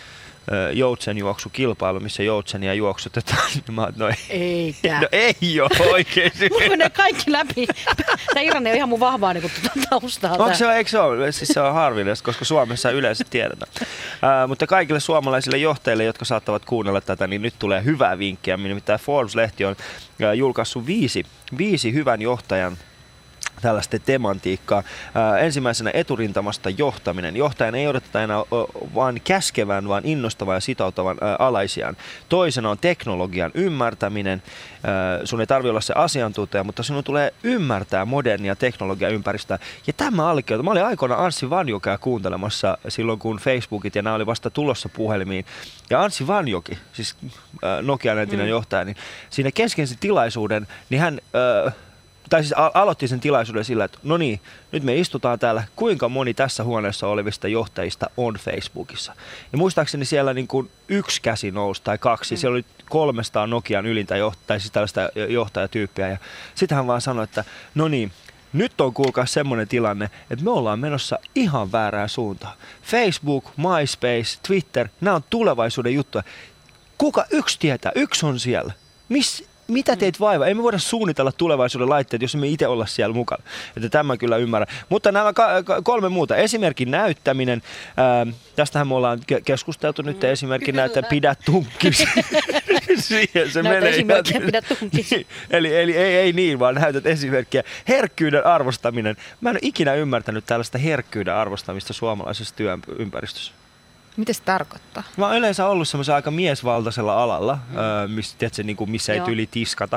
äh, joutsenjuoksukilpailu, missä joutsenia juoksutetaan. Mä oon, no ei. Eikä. No ei oo oikeesti. Mulla ne kaikki läpi. Tää Irani on ihan mun vahvaa niin tuota taustaa. Onko se, eikö se ole? Siis se on harvillista, koska Suomessa yleensä tiedetään. Äh, mutta kaikille suomalaisille johtajille, jotka saattavat kuunnella tätä, niin nyt tulee hyvää vinkkiä. Nimittäin Forbes-lehti on äh, julkaissut viisi, viisi hyvän johtajan tällaista tematiikkaa. Ää, ensimmäisenä eturintamasta johtaminen. Johtajan ei odoteta enää vain käskevän, vaan innostavan ja sitouttavan ää, alaisiaan. Toisena on teknologian ymmärtäminen. Ää, sun ei tarvitse olla se asiantuntija, mutta sinun tulee ymmärtää modernia teknologiaympäristöä. Ja tämä allekirjoitus. Mä olin aikoina Anssi Vanjokia kuuntelemassa silloin, kun Facebookit ja nämä oli vasta tulossa puhelimiin. Ja Anssi Vanjoki, siis ää, Nokian entinen mm. johtaja, niin siinä keskeisen tilaisuuden, niin hän Ää, tai siis aloitti sen tilaisuuden sillä, että no niin, nyt me istutaan täällä, kuinka moni tässä huoneessa olevista johtajista on Facebookissa. Ja muistaakseni siellä niin kuin yksi käsi nousi tai kaksi, mm. siellä oli kolmestaan Nokian ylintä johtajaa, siis tällaista johtajatyyppiä. Ja sitten hän vaan sanoi, että no niin, nyt on kuulkaa semmoinen tilanne, että me ollaan menossa ihan väärään suuntaan. Facebook, MySpace, Twitter, nämä on tulevaisuuden juttuja. Kuka yksi tietää, yksi on siellä. Miss mitä teet vaivaa? Ei me voida suunnitella tulevaisuuden laitteet, jos me itse olla siellä mukana. Että tämä kyllä ymmärrän. Mutta nämä ka- ka- kolme muuta. Esimerkin näyttäminen. Ää, tästähän me ollaan ke- keskusteltu nyt. Esimerkin näyttää pidä tunkkisi. Siihen se Näytä menee. esimerkkiä, pidä tunkisi. eli eli ei, ei niin, vaan näytät esimerkkiä. Herkkyyden arvostaminen. Mä en ole ikinä ymmärtänyt tällaista herkkyyden arvostamista suomalaisessa työympäristössä. Mitä se tarkoittaa? Mä oon yleensä ollut semmoisen aika miesvaltaisella alalla, mm. öö, missä, tiedätkö, niin kuin, missä ei Joo. tyli tiskata.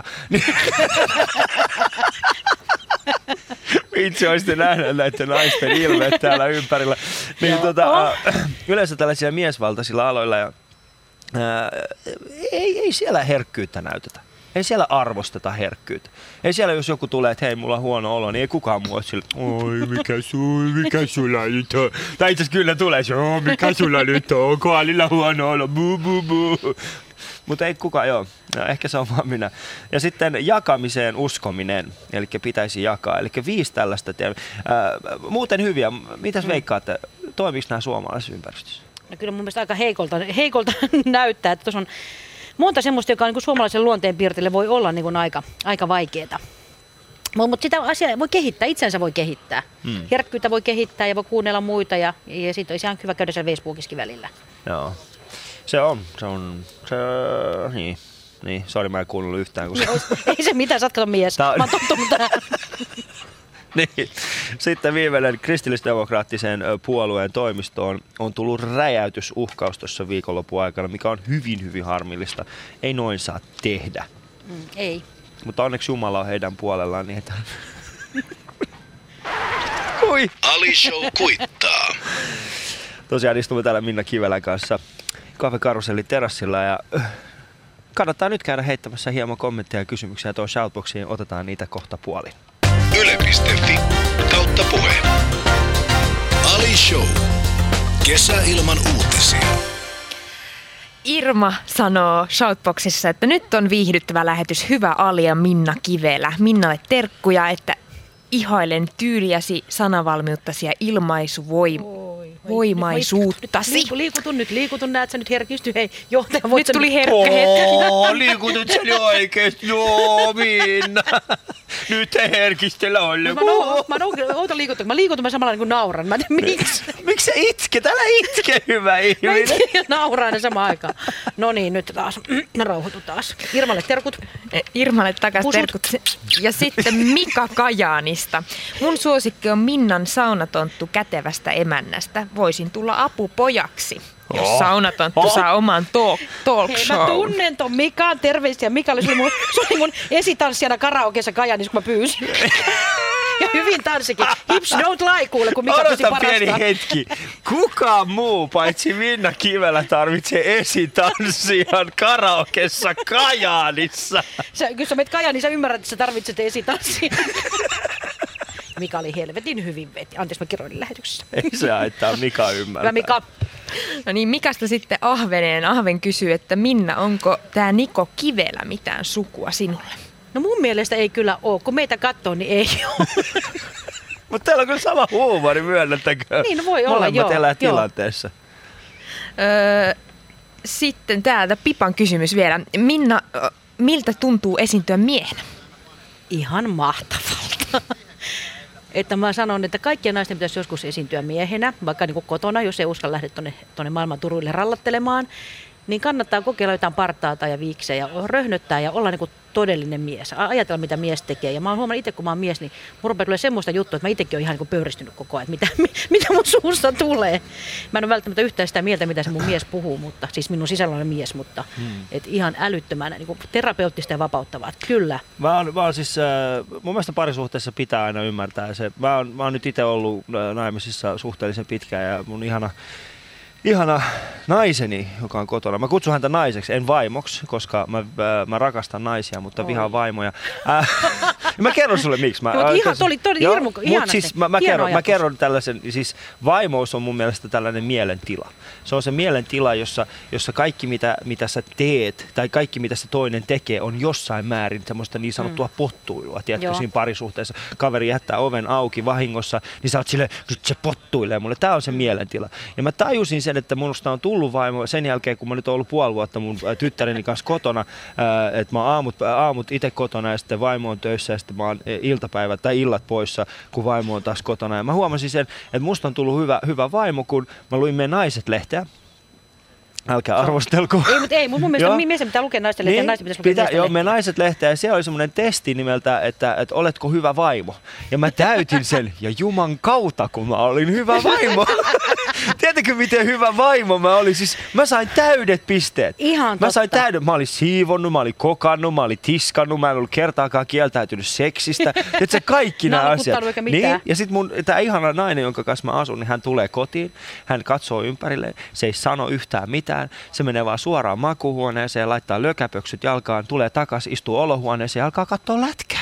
Itse olisitte nähneet näiden naisten ilmeet täällä ympärillä. Niin, tota, äh, yleensä tällaisilla miesvaltaisilla aloilla ja, äh, ei, ei siellä herkkyyttä näytetä. Ei siellä arvosteta herkkyyttä. Ei siellä, jos joku tulee, että hei, mulla on huono olo, niin ei kukaan muu ole sille, oi, mikä, sul, mikä sulla nyt on? Tai itse asiassa kyllä tulee se, oh, mikä sulla nyt on? Onko Alilla huono olo? Buu, buu, buu. Mutta ei kukaan, joo. No, ehkä se on vaan minä. Ja sitten jakamiseen uskominen, eli pitäisi jakaa. Eli viisi tällaista. Äh, muuten hyviä. Mitäs veikkaatte? Toimiiko nämä suomalaisessa ympäristössä? No kyllä mun mielestä aika heikolta, heikolta näyttää, että tuossa on monta semmoista, joka on niin kuin suomalaisen luonteenpiirteille voi olla niin kuin aika, aika vaikeaa. Mutta sitä asiaa voi kehittää, itsensä voi kehittää. Hmm. Herkkyyttä voi kehittää ja voi kuunnella muita ja, ja siitä olisi ihan hyvä käydä siellä Facebookissakin välillä. Joo. Se on, se on, se, niin, niin, sori mä en kuunnellut yhtään. Kun se... Ei se mitään, sä oot mies, Tää... mä oon tottunut tähän. Niin. Sitten viimeinen kristillisdemokraattisen puolueen toimistoon on tullut räjäytysuhkaus tuossa viikonlopun aikana, mikä on hyvin, hyvin harmillista. Ei noin saa tehdä. Mm, ei. Mutta onneksi Jumala on heidän puolellaan. Niin että... Ui. Ali Show kuittaa. Tosiaan istumme täällä Minna Kivelän kanssa kahvikaruselin terassilla ja kannattaa nyt käydä heittämässä hieman kommentteja ja kysymyksiä tuohon shoutboxiin. Otetaan niitä kohta puolin. Yle piste fi kautta puhe. Ali Show. Kesä ilman uutisia. Irma sanoo shoutboxissa, että nyt on viihdyttävä lähetys. Hyvä Ali ja Minna Kivelä. Minnalle terkkuja, että ihailen tyyliäsi, sanavalmiuttasi ja ilmaisuvoimaisuuttasi. Liiku, liikutun nyt, liikutun, näet sä nyt herkisty. Hei, johtaja, voit Nyt tuli herkkä hetki. Oo, liikutut sen oikeesti. Joo, Minna. Nyt ei herkistellä ollenkaan. Mä, no, mä, mä oota liikutun, mä liikutun, mä samalla niin kuin nauran. Mä en tiedä miksi. Miksi sä itket? Älä itke, hyvä ihminen. Mä itken ja nauraan ne samaan aikaan. No niin, nyt taas. No rauhoitu taas. Irmalle terkut. Irmalle takas Pusut. terkut. Ja sitten Mika Kajaanista. Mun suosikki on Minnan saunatonttu kätevästä emännästä. Voisin tulla apupojaksi, jos Oh. saunatonttu Oh. saa oman talk, talk Hei, show. mä tunnen ton Mikan, terveisiä. Mikalle, se oli mun, se oli mun esitanssijana karaokeessa Kajaanissa, kun mä pyysin. Ja hyvin tanssikin. Hips don't lie, kuule, kun Mika pyysi Odota pieni parasta. hetki. Kuka muu paitsi Minna Kivelä tarvitsee esitanssijan karaokessa Kajaanissa? Sä, kun sä menet Kajaaniin, niin sä ymmärrät, että sä tarvitset esitanssia. Mika oli helvetin hyvin veti. Anteeksi, mä kerroin lähetyksessä. Ei se haittaa, Mika ymmärtää. Hyvä Mika. No niin, Mikasta sitten Ahveneen. Ahven kysyy, että Minna, onko tää Niko Kivelä mitään sukua sinulle? No mun mielestä ei kyllä ole. Kun meitä katsoo, niin ei ole. Mutta teillä on kyllä sama huumori, myönnättekö? Niin, no voi olla, Molemmat joo, elää joo. tilanteessa. Öö, sitten täältä Pipan kysymys vielä. Minna, ö, miltä tuntuu esiintyä miehenä? Ihan mahtavalta. Että mä sanon, että kaikkien naisten pitäisi joskus esiintyä miehenä, vaikka niin kuin kotona, jos ei uskalla lähde tuonne, tuonne maailman turuille rallattelemaan, niin kannattaa kokeilla jotain partaata ja viiksejä, röhnöttää ja olla niin kuin todellinen mies. Ajatella, mitä mies tekee. Ja mä oon huomannut itse, kun mä oon mies, niin mun rupeaa tulee semmoista juttua, että mä itsekin oon ihan niin kuin pöyristynyt koko ajan, että mitä, mitä mun suusta tulee. Mä en ole välttämättä yhtään sitä mieltä, mitä se mun mies puhuu, mutta siis minun sisällä on mies, mutta hmm. et ihan älyttömän niin kuin terapeuttista ja vapauttavaa. Että kyllä. Mä oon, mä oon siis, äh, mun mielestä parisuhteessa pitää aina ymmärtää se. Mä oon, mä oon nyt itse ollut naimisissa suhteellisen pitkään ja mun ihana, ihana naiseni, joka on kotona. Mä kutsun häntä naiseksi, en vaimoksi, koska mä, äh, mä rakastan naisia, mutta Oi. vihaan vaimoja. Äh, Mä kerron sulle miksi. Mä, Mutta ihan, toi oli, toi oli joo, hirmu, mut ihanasti. siis mä, mä, Hieno kerron, mä ajatus. kerron tällaisen, siis vaimous on mun mielestä tällainen mielentila. Se on se mielentila, jossa, jossa kaikki mitä, mitä sä teet tai kaikki mitä se toinen tekee on jossain määrin semmoista niin sanottua mm. pottuilua. Tiedätkö, Joo. siinä parisuhteessa kaveri jättää oven auki vahingossa, niin sä oot silleen, nyt se pottuilee mulle. Tää on se mielentila. Ja mä tajusin sen, että minusta on tullut vaimo sen jälkeen, kun mä nyt oon ollut puoli vuotta mun tyttäreni kanssa kotona, että mä oon aamut, aamut itse kotona ja sitten vaimo on töissä ja sitten mä oon iltapäivät tai illat poissa, kun vaimo on taas kotona. Ja mä huomasin sen, että musta on tullut hyvä, hyvä vaimo, kun mä luin Me Naiset-lehteä. Älkää arvostelko. Ei, mutta ei, mun mielestä Joo. mies pitää lukea naisten lehteä, Niin, naisten pitäisi lukea pitää, miesten joo, Me lehteä. Naiset-lehteä ja siellä oli semmoinen testi nimeltä, että, että oletko hyvä vaimo. Ja mä täytin sen ja juman kautta, kun mä olin hyvä vaimo. Tiedätkö, miten hyvä vaimo mä olin? Siis mä sain täydet pisteet. Ihan Mä sain totta. täydet. Mä olin siivonnut, mä olin kokannut, mä olin tiskannut, mä en ollut kertaakaan kieltäytynyt seksistä. Et se kaikki nämä asiat. Naukuttanut eikä mitään. Niin, ja sitten mun tää ihana nainen, jonka kanssa mä asun, niin hän tulee kotiin. Hän katsoo ympärille, se ei sano yhtään mitään. Se menee vaan suoraan makuuhuoneeseen, laittaa lökäpöksyt jalkaan, tulee takaisin, istuu olohuoneeseen ja alkaa katsoa lätkää.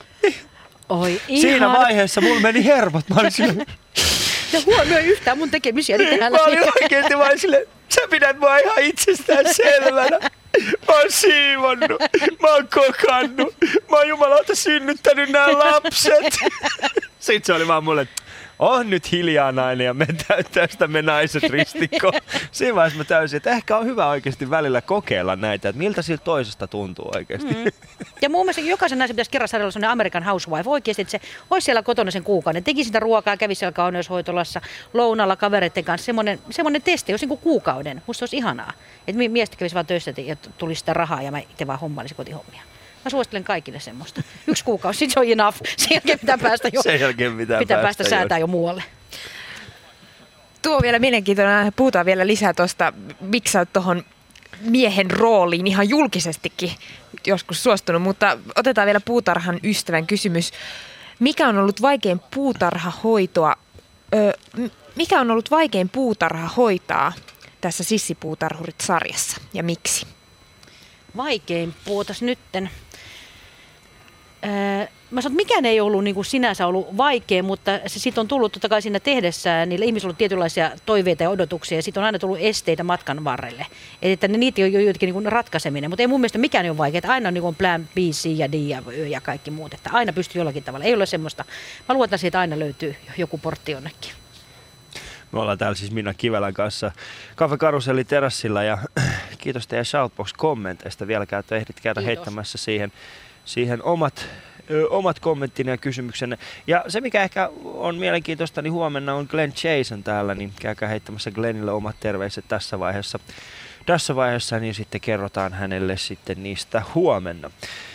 Oi, ihan. Siinä vaiheessa mulla meni hermot. Mä olin silleen, Ne huomioi yhtään mun tekemisiä niin täällä. mä olin oikeesti vaan silleen, sä pidät mua ihan itsestään selvänä. Mä oon siivonnut, mä oon kokannut, mä oon jumalauta synnyttänyt nämä lapset. Sitten se oli vaan mulle, on nyt hiljaa nainen ja me tästä me naiset ristikkoon. Siinä vaiheessa mä täysin, että ehkä on hyvä oikeasti välillä kokeilla näitä, että miltä siltä toisesta tuntuu oikeasti. Mm. Ja mun mielestä jokaisen naisen pitäisi kerran saada olla sellainen American Housewife oikeasti, että se olisi siellä kotona sen kuukauden. Teki sitä ruokaa, kävi siellä kauneushoitolassa, lounalla kavereiden kanssa. Semmoinen, semmoinen testi, jos niin kuin kuukauden. Musta se olisi ihanaa. Että miestä kävisi vaan töissä ja tulisi sitä rahaa ja mä itse vaan hommailisin kotihommia. Mä suosittelen kaikille semmoista. Yksi kuukausi, sit se on enough. Sen jälkeen pitää päästä jo, Sen jälkeen pitää, pitää päästä, päästä säätää jo. jo muualle. Tuo on vielä mielenkiintoinen. Puhutaan vielä lisää tuosta, miksi sä oot tuohon miehen rooliin ihan julkisestikin joskus suostunut, mutta otetaan vielä puutarhan ystävän kysymys. Mikä on ollut vaikein puutarhahoitoa, ö, mikä on ollut vaikein puutarha hoitaa tässä Sissipuutarhurit-sarjassa ja miksi? Vaikein puutas nytten. Öö, mä sanon, että mikään ei ollut niin kuin sinänsä ollut vaikea, mutta se sitten on tullut totta kai siinä tehdessä, niillä ihmisillä on ollut tietynlaisia toiveita ja odotuksia, ja sitten on aina tullut esteitä matkan varrelle. Eli että ne, niitä on jo jotenkin niin kuin ratkaiseminen, mutta ei mun mielestä mikään ei ole vaikea. Aina on niin kuin plan B, C ja D ja Ö ja kaikki muut, että aina pystyy jollakin tavalla. Ei ole semmoista. Mä luotan siihen, että aina löytyy joku portti jonnekin. Me ollaan täällä siis Minna Kivelän kanssa Cafe Karuselli terassilla ja kiitos teidän Shoutbox-kommenteista. Vieläkään, että ehdit käydä Kiitos. heittämässä siihen, siihen omat, ö, omat kommenttini ja kysymyksenne. Ja se, mikä ehkä on mielenkiintoista, niin huomenna on Glenn Jason täällä, niin käykää heittämässä Glennille omat terveiset tässä vaiheessa. Tässä vaiheessa niin sitten kerrotaan hänelle sitten niistä huomenna.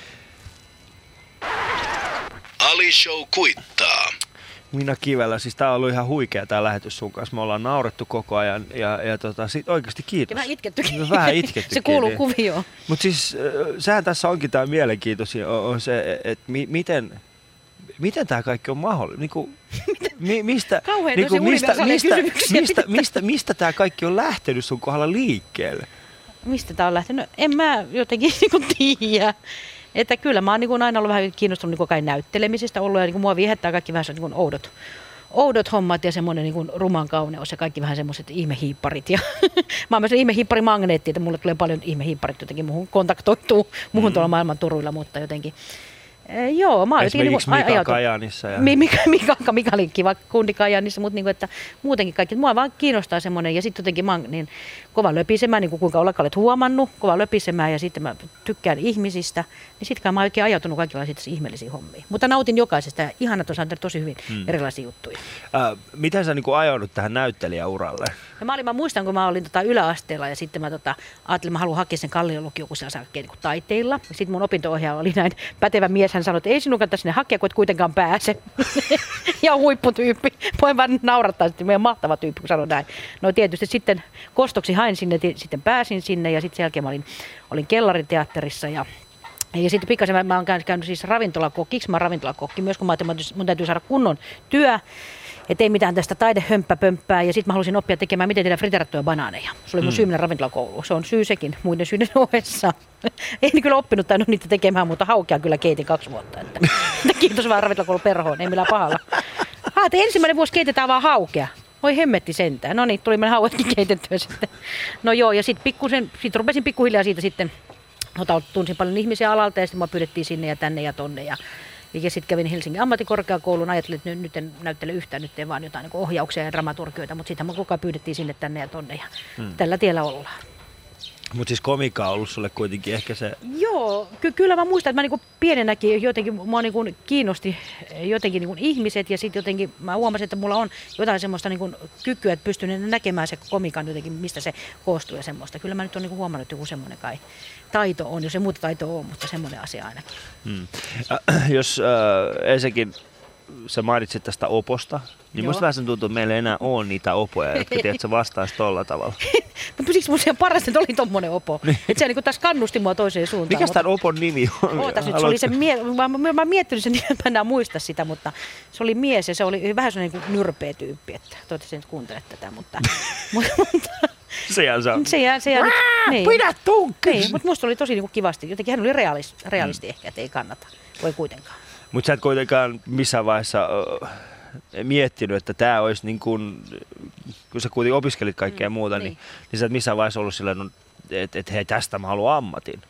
Ali Show kuittaa. Minna Kivelä, siis tää on ollut ihan huikea tää lähetys sun kanssa. Me ollaan naurettu koko ajan ja, ja tota, sit oikeasti kiitos. Ja vähän itkettykin. Vähän itkettykin. Se kuuluu niin. kuvioon. Mutta siis äh, sehän tässä onkin tämä mielenkiintoisin, on, on se, että mi, miten, miten tämä kaikki on mahdollista. Niinku, mi, mistä, Kauhean niinku, tosi mistä, universaaleja mistä, kysymyksiä mistä, pitää. mistä, mistä tämä kaikki on lähtenyt sun kohdalla liikkeelle? Mistä tää on lähtenyt? No, en mä jotenkin niinku tiedä. Että kyllä mä oon niin aina ollut vähän kiinnostunut niin kai näyttelemisestä ollut ja niin mua viehättää kaikki vähän niin oudot, oudot hommat ja semmoinen niin ruman kauneus ja kaikki vähän semmoiset ihmehiipparit. Ja mä oon myös ihmehiipparimagneetti, että mulle tulee paljon ihmehiipparit jotenkin, muuhun kontaktoituu muuhun mm. tuolla maailman turuilla, mutta jotenkin e, joo, mä oon esimerkiksi jotenkin Mika Kajaanissa. Ja... Mika, Mika, Mika oli kiva kundi Kajaanissa, mutta niin että muutenkin kaikki. Mua vaan kiinnostaa semmoinen ja sitten jotenkin mä oon niin kova löpisemään, niin kuin kuinka ollakaan olet huomannut, kova löpisemään ja sitten mä tykkään ihmisistä. Niin sittenkaan mä oon oikein ajautunut kaikenlaisiin ihmeellisiin hommiin. Mutta nautin jokaisesta ja ihanat on saanut tosi hyvin hmm. erilaisia juttuja. Äh, miten sä niinku ajaudut tähän näyttelijäuralle? No mä, olin, mä muistan, kun mä olin tota yläasteella ja sitten mä tota, ajattelin, mä haluan hakea sen Kallion lukioon, kun se saa niin taiteilla. Sitten mun opinto-ohjaaja oli näin pätevä mies, hän sanoi, että ei sinun kannata sinne hakea, kun et kuitenkaan pääse. Ja huipputyyppi. Voin vaan naurattaa, että meidän mahtava tyyppi, kun sanoi näin. No tietysti sitten kostoksi hain sinne, sitten pääsin sinne ja sitten sen jälkeen mä olin, olin kellariteatterissa ja Ja sitten pikkasen mä, mä oon käynyt, käynyt siis ravintolakokiksi, mä oon ravintolakokki myös, kun mä ajattelin, että mun täytyy saada kunnon työ. Et ei mitään tästä taidehömppäpömppää. Ja sitten mä halusin oppia tekemään, miten tehdään friterattuja banaaneja. Se oli mun mm. syy mennä ravintolakouluun. Se on syy sekin muiden syiden ohessa. En kyllä oppinut tai niitä tekemään, mutta haukea kyllä keitin kaksi vuotta. Että, kiitos vaan ravintolakoulun perhoon, ei millään pahalla. Ah, että ensimmäinen vuosi keitetään vaan haukea. Voi hemmetti sentään. No niin, tuli meidän hauetkin keitettyä sitten. No joo, ja sitten pikkusen, sit rupesin pikkuhiljaa siitä sitten, ota, tunsin paljon ihmisiä alalta ja sitten mua pyydettiin sinne ja tänne ja tonne. Ja, ja sitten kävin Helsingin ammattikorkeakouluun, ajattelin, että nyt en näyttele yhtään, nyt en vaan jotain niin ohjauksia ja dramaturgioita, mutta sitten koko ajan pyydettiin sinne tänne ja tonne ja hmm. tällä tiellä ollaan. Mutta siis komikka on ollut sulle kuitenkin ehkä se... Joo, ky- kyllä mä muistan, että mä niinku pienenäkin jotenkin, mua niinku kiinnosti jotenkin niinku ihmiset ja sitten jotenkin mä huomasin, että mulla on jotain semmoista niinku kykyä, että pystyn näkemään se komikan jotenkin, mistä se koostuu ja semmoista. Kyllä mä nyt on niinku huomannut, että joku semmoinen kai taito on, jos ei muuta taito on, mutta semmoinen asia ainakin. Hmm. Äh, jos äh, ensinnäkin sä mainitsit tästä oposta, niin musta vähän sen tuntuu, että meillä ei enää ole niitä opoja, jotka tiedät, sä vastaisi tolla tavalla. Mutta siksi mun siellä parasta, että oli tommonen opo. Niin. Että se niin taas kannusti mua toiseen suuntaan. Mikäs tämän opon nimi on? Ootas nyt, se oli se mie- mä, mä, mä miettinyt sen, että mä enää muista sitä, mutta se oli mies ja se oli vähän sellainen niin nyrpeä tyyppi, että toivottavasti nyt kuuntelet tätä, mutta... mutta Sehän se on. Se jää, se jää nyt, niin. Pidä tunkkis! Niin, mutta musta oli tosi niin kuin kivasti. Jotenkin hän oli realisti, realisti mm. ehkä, että ei kannata. Voi kuitenkaan. Mutta sä et kuitenkaan missään vaiheessa uh, miettinyt, että tämä olisi niin kuin, kun sä kuitenkin opiskelit kaikkea mm, muuta, niin. Niin, niin sä et missään vaiheessa ollut silleen, että et, hei, tästä mä haluan ammatin.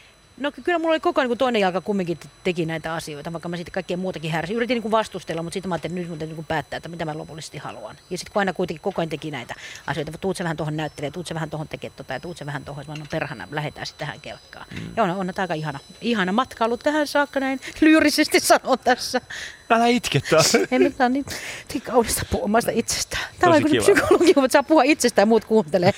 No kyllä mulla oli koko ajan niin toinen jalka kumminkin teki näitä asioita, vaikka mä sitten kaikkea muutakin härsin. Yritin niin vastustella, mutta sitten mä ajattelin, että nyt mun täytyy niin päättää, että mitä mä lopullisesti haluan. Ja sitten kun aina kuitenkin koko ajan teki näitä asioita, tuut se vähän tuohon näyttelemään, tuut se vähän tuohon tekemään tota ja tuut se vähän tuohon, että no perhana, lähdetään sitten tähän kelkkaan. Mm. Ja on, on on aika ihana, ihana matka ollut tähän saakka, näin lyyrisesti sanon tässä. Älä itke taas. Ei mitään niin, niin kaunista puhua omasta itsestään. Tämä on kuin psykologi, mutta saa puhua itsestään ja muut kuuntelee.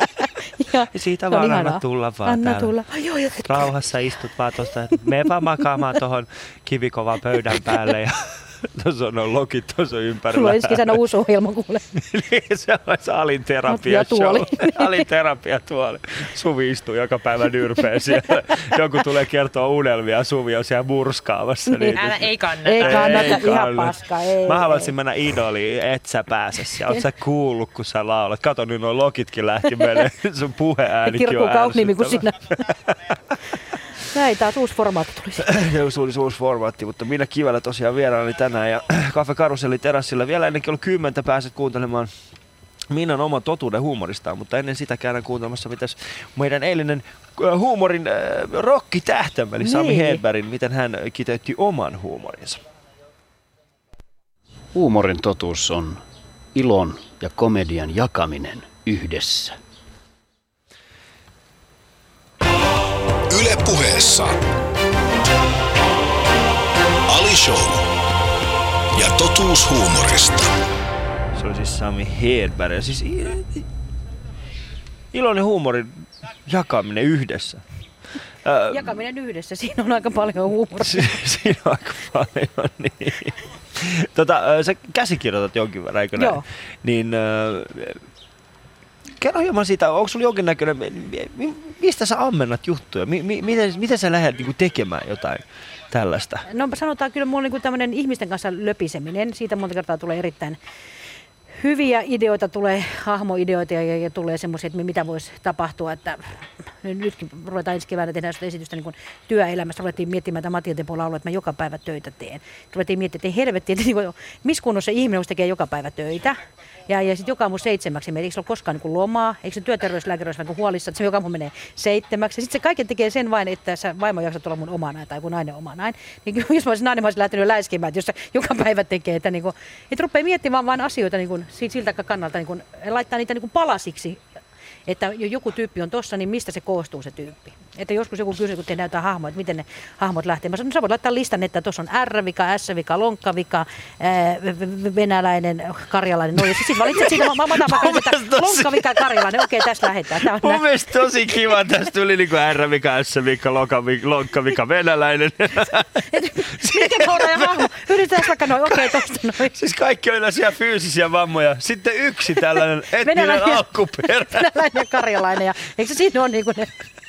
Ja siitä vaan anna tulla vaan anna täällä. Tulla. Joo, joo. Rauhassa istut vaan tuosta, mene vaan makaamaan tuohon kivikovan pöydän päälle ja tuossa on lokit tuossa ympärillä. Sulla on ensi kesänä uusi ohjelma kuule. Niin, se olisi Alin terapiatuoli. Alin terapiatuoli. Suvi istuu joka päivä nyrpeä siellä. Joku tulee kertoa unelmia, Suvi on siellä murskaamassa. Niin. Niin. Älä, ei kannata. Ei kannata, ei ihan kannata. paska. Ei, Mä haluaisin ei. mennä idoliin, et sä pääse siellä. Oot sä kuullut, kun sä laulat? Kato, nyt nuo lokitkin lähti menee. Sun puheäänikin on Kirkku kauniimmin kuin sinä. Näin, taas uusi formaatti tuli sitten. Se oli uusi formaatti, mutta minä kivellä tosiaan vieraani tänään ja Cafe Karuselli terassilla. Vielä ennen kello kymmentä pääset kuuntelemaan Minnan oman totuuden huumoristaan, mutta ennen sitä käydään kuuntelemassa, mitäs meidän eilinen huumorin äh, rokkitähtämme, eli Sami Niin. Hedbergin, miten hän kiteytti oman huumorinsa. Huumorin totuus on ilon ja komedian jakaminen yhdessä. Yle Puheessa Ali Show ja totuus huumorista. Se oli siis Sami Hedberg. Siis i- i- ilon ja huumorin jakaminen yhdessä. Ää, Jakaminen yhdessä, siinä on aika paljon huumoria. si- siinä on aika paljon, niin. Tota, ää, sä käsikirjoitat jonkin verran, eikö näin? Joo. Niin, ää, kerro hieman siitä, onko sulla jonkinnäköinen, mi- mi- mistä sä ammennat juttuja? Mi- mi- miten, miten sä lähdet niinku tekemään jotain tällaista? No sanotaan kyllä, mulla on niinku tämmöinen ihmisten kanssa löpiseminen. Siitä monta kertaa tulee erittäin hyviä ideoita, tulee hahmoideoita ja, ja tulee semmoisia, että mitä voisi tapahtua. Että nytkin ruvetaan ensi keväänä tehdä sitä esitystä niin kuin työelämästä. Ruvettiin miettimään tämä Matti Tepon laulu, että mä joka päivä töitä teen. Ruvettiin miettimään, että ei helvetti, että niin kuin, missä kunnossa ihminen olisi tekee joka päivä töitä. Ja, ja sitten joka aamu seitsemäksi menee. Eikö se ole koskaan niin kuin lomaa? Eikö se työterveyslääkäri olisi vähän huolissa, että se joka aamu menee seitsemäksi? Sitten se kaiken tekee sen vain, että sä vaimo jaksat olla mun omanain tai kun nainen omanain. Niin jos mä olisin nainen, mä olisin lähtenyt läiskimään, että jos se joka päivä tekee, että, niin kuin, että rupeaa miettimään vain asioita niin kuin, siltä kannalta, niin kuin, laittaa niitä niin kuin palasiksi. Että joku tyyppi on tossa, niin mistä se koostuu se tyyppi? Että joskus joku kysyy, kun tehdään jotain hahmoja, että miten ne hahmot lähtee. Mä sanon, sä voit laittaa listan, että tuossa on R-vika, S-vika, lonkkavika, ää, venäläinen, karjalainen. No ja sitten valitset siitä, mä, mä otan vaikka että lonkkavika ja karjalainen. Okei, tässä lähdetään. Tää on Mun nä- mielestä tosi kiva, tästä tuli niinku R-vika, S-vika, lonkkavika, venäläinen. Mikä koura ja hahmo? Yritetään vaikka noin, okei, tosta noin. Siis kaikki on yleisiä fyysisiä vammoja. Sitten yksi tällainen etninen Venäläinen ja- alkuperä. Venäläinen ja karjalainen. Ja, eikö se siinä ole niin kuin ne...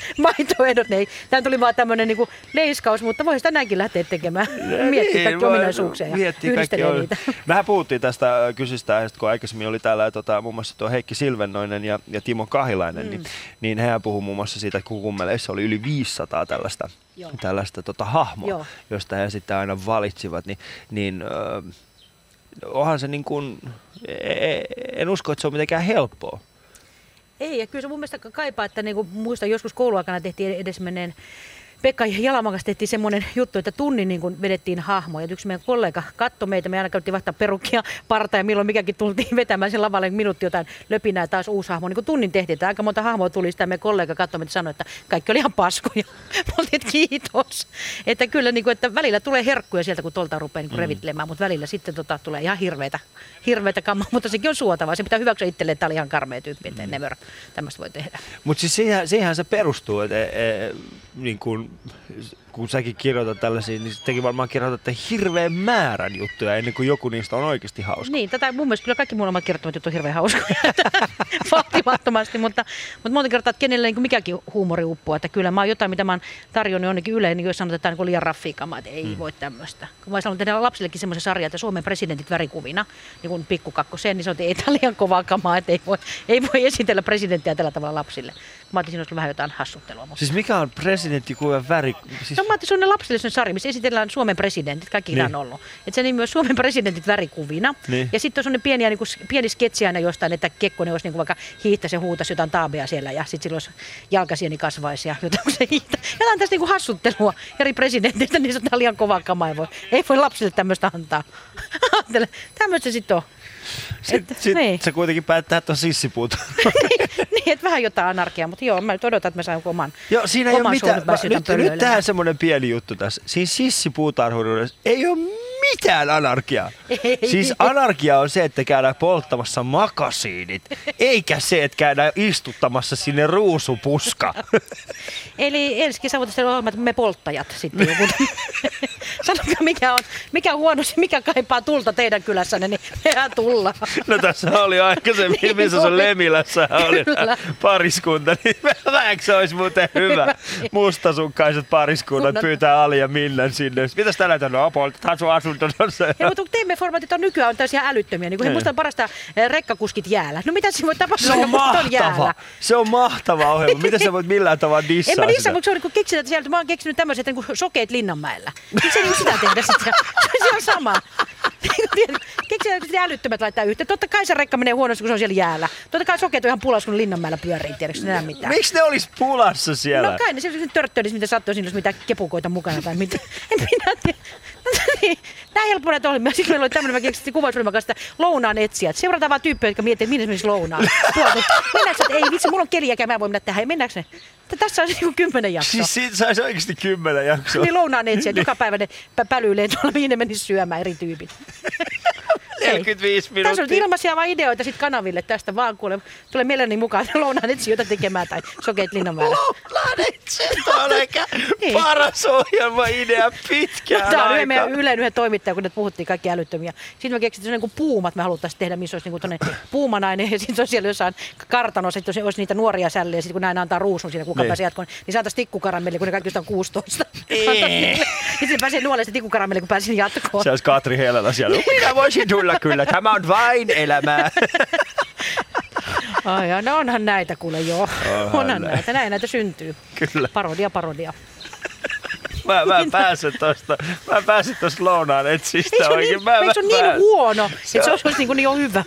vaihtoehdot. Tämä tuli vaan tämmöinen niinku leiskaus, mutta voi sitä näinkin lähteä tekemään. Miettii kaikki ominaisuuksia ja yhdistelee niitä. Mehän puhuttiin tästä kysystä aiheesta, kun aikaisemmin oli täällä tota, muun muassa tuo Heikki Silvennoinen ja, ja Timo Kahilainen, mm. niin, niin hehän puhui muun muassa siitä, että kummeleissä oli yli viisisataa tällaista, tällaista tota, hahmoa, Joo. josta he sitten aina valitsivat, niin, niin ö, onhan se niin kuin, en usko, että se on mitenkään helppoa. Ei, ja kyllä se mun mielestä kaipaa, että niin kuin muistan joskus kouluaikana tehtiin edesmenneen Pekka Jalaman kanssa tehtiin semmoinen juttu, että tunnin niin kuin vedettiin hahmoja. Yksi meidän kollega katsoi meitä, me aina käytiin vaihtaa perukkia, parta ja milloin mikäkin tultiin vetämään sen lavalle minuutti jotain löpinää taas uusi hahmo. Niin kuin tunnin tehtiin, että aika monta hahmoa tuli sitä, meidän kollega katsoi meitä ja sanoi, että kaikki oli ihan paskoja. Me oltiin, että kiitos. Että kyllä, niin kuin, että välillä tulee herkkuja sieltä, kun tuolta rupeaa niin kuin revittelemään, mutta välillä sitten tota, tulee ihan hirveitä, hirveitä kammaa, mutta sekin on suotavaa. Se pitää hyväksyä itselleen, että tämä oli ihan karmea tyyppi, että mm. never tämmöistä voi tehdä. Mutta siis siihen, siihen se perustuu, että e, e, niin kuin kun säkin kirjoitat tällaisia, niin tekin varmaan kirjoitatte hirveän määrän juttuja ennen kuin joku niistä on oikeasti hauska. Niin, tätä mun mielestä kyllä kaikki mun omat kirjoittamat jutut on hirveän hauskoja. Vaatimattomasti, mutta, mutta monta kertaa, että kenelle niin mikäkin huumori uppua. Että kyllä mä oon jotain, mitä mä oon tarjonnut jonnekin Yleen, niin jos sanotaan, että tämä on liian raffiikamaa, että ei hmm. voi tämmöistä. Kun mä sanon tehdä lapsillekin semmoisen sarjan, että Suomen presidentit värikuvina, niin kuin pikkukakkoseen, niin se on, että ei tämä liian kovaa kamaa, että ei voi, ei voi esitellä presidenttiä tällä tavalla lapsille. Mä ajattelin, siinä olisi vähän jotain hassuttelua. Mutta... Siis mikä on presidenttikuvan väri? Siis... No mä ajattelin, se on lapsille sarja, missä esitellään Suomen presidentit, kaikki niin. on ollut. Että se nimi on Suomen presidentit värikuvina. Niin. Ja sitten on sellainen pieni, niin kuin, pieni sketsi aina jostain, että Kekkonen olisi niin kuin vaikka hiihtäisi ja huutaisi jotain taabea siellä ja sitten sillä olisi jalkasieni kasvaisi ja jotain se hiihtä. Jotain tästä niin kuin hassuttelua eri presidenteistä, niin se on liian kovaa kamaa. Ei voi, ei voi lapsille tämmöistä antaa. Ajattele, tämmöistä se sitten on. Sitten sit niin. se kuitenkin päättää tuon sissipuuta. niin, että vähän jotain anarkiaa, mutta joo, mä nyt odotan, että mä saan oman Joo, siinä ei ole mitään. Mä, nyt, nyt tähän semmoinen pieni juttu tässä. Siis sissipuutarhuudessa ei ole mitään anarkiaa. Ei. Siis anarkia on se, että käydään polttamassa makasiinit, eikä se, että käydään istuttamassa sinne ruusupuska. Eli ensi kesä voitaisiin olla, että me polttajat sitten joku. Sanokaa, mikä on, mikä on huono, mikä kaipaa tulta teidän kylässänne, niin mehän tullaan. No tässä oli aikaisemmin, niin missä se on Lemilässä oli pariskunta, niin vähänkö se olisi muuten hyvä. Mustasukkaiset pariskunnat pyytää Ali ja Minnan sinne. Mitäs tällä hetkellä on? Poltetaan sun asunto tuossa. Ja mutta T V-formaatit on nykyään on täysin älyttömiä. Niin kuin he muistaa parasta rekkakuskit jäällä. No mitä siinä voi tapahtua? Se on mahtava. Se on mahtava ohjelma. Miten sä voit millään tavalla dissaa sitä? En mä dissaa, mutta se on niin kuin keksinyt sieltä. Mä oon keksinyt tämmöiset niin kuin sokeet Linnanmäellä. Miksi se niin sitä tehdä sitten? Se on sama. Keksitään, että älyttömät laittaa yhteen. Totta kai se rekka menee huonosti, kun se on siellä jäällä. Totta kai sokeet on ihan pulassa, kun Linnanmäellä pyörii. Tiedätkö enää mitään? Miksi ne olisi pulassa siellä? No kai ne siellä törttöönnissä, mitä sattuu, siinä olisi mitään kepukoita mukana tai mitä. En minä tiedä. Nää helppo näitä ohjelmia. Sitten meillä oli tämmöinen, mä keksin kuvausryhmän kanssa lounaan etsijät. Seurataan vaan tyyppejä, jotka miettii, että minne esimerkiksi lounaan. Mennäänkö, että ei vitsi, mulla on keliäkään, mä en voi mennä tähän. Mennäänkö ne? Tässä on se niin kymmenen jaksoa. Siis siitä saisi oikeasti kymmenen jaksoa. Niin lounaan etsijät, joka päivä ne pälyilee tuolla, mihin ne menisi syömään eri tyypit. neljäkymmentäviisi minuuttia. Tässä on ilmaisia vaan ideoita sit kanaville tästä vaan kuule. Tulee mielelläni mukaan lounaan etsijöitä tekemään tai sokeet Linnanmäellä. Lounaan etsijöitä on ehkä niin. Paras ohjelma-idea pitkään aikaan. Tämä on yhden meidän Ylen yhden toimittaja, kun ne puhuttiin kaikki älyttömiä. Sitten me keksit sellainen kuin puumat, me haluttaisiin tehdä, missä olisi niin kuin puumanainen. Ja sitten se on siellä jossain kartanossa, että olisi niitä nuoria sällejä. Sitten kun näin antaa ruusun siinä, kuka niin. pääsee jatkoon, niin saataisiin tikkukaramelli, kun ne kaikki on kuusitoista. Niin sitten pääsee nuolesta tikkukaramelli, kun pääsee jatkoon. Se olisi Katri Helena siellä. Minä voisin tulla kyllä. Tämä on vain elämää. Ai ja, no onhan näitä kuule joo. Onhan, onhan näitä. näitä. Näin näitä syntyy. Kyllä. Parodia, parodia. Mä, mä pääsen tosta, mä pääsen tosta lounaan etsistä oikein. Niin, mä, eikö se ole niin huono, se että se olisi niin, niin jo hyvä.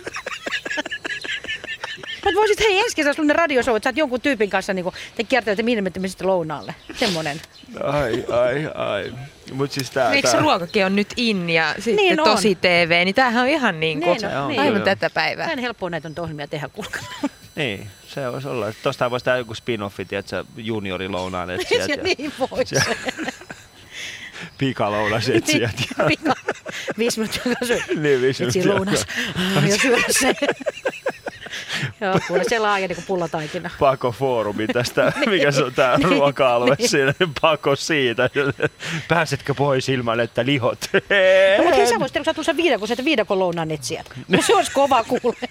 Mutta voisit, hei, ensi kesä sulle radioshow, että sä oot jonkun tyypin kanssa niin te kiertävät, että mihin menette sitten lounaalle. Semmoinen. Ai, ai, ai. Mut siis tää, Eikö se ruokakin on nyt in ja sitten niin tosi T V, niin tämähän on ihan niin kuin niin on, aivan niin. Tätä päivää. Näin helppoa näitä on ohjelmia tehdä kulkaa. Niin, se voisi olla. Tostahan voisi tehdä joku spin-offi, tiedätkö, juniori lounaan etsijät. Ja niin voisi. Pikalounas etsijät. Pika. Viisi minuuttia kanssa. Niin, viisi minuuttia. Lounas. Ja syödä se. Joo, kuule se laaja niin kuin pullataikina. Pakofoorumi tästä, mikä se on tää ruoka-alue niin. Siinä, pako siitä. Pääsetkö pois ilman, että lihot? No, mutta hei, sä voisit, kun sä tuossa viidakon, että viidakon lounaan etsijät. No se olisi kova kuule.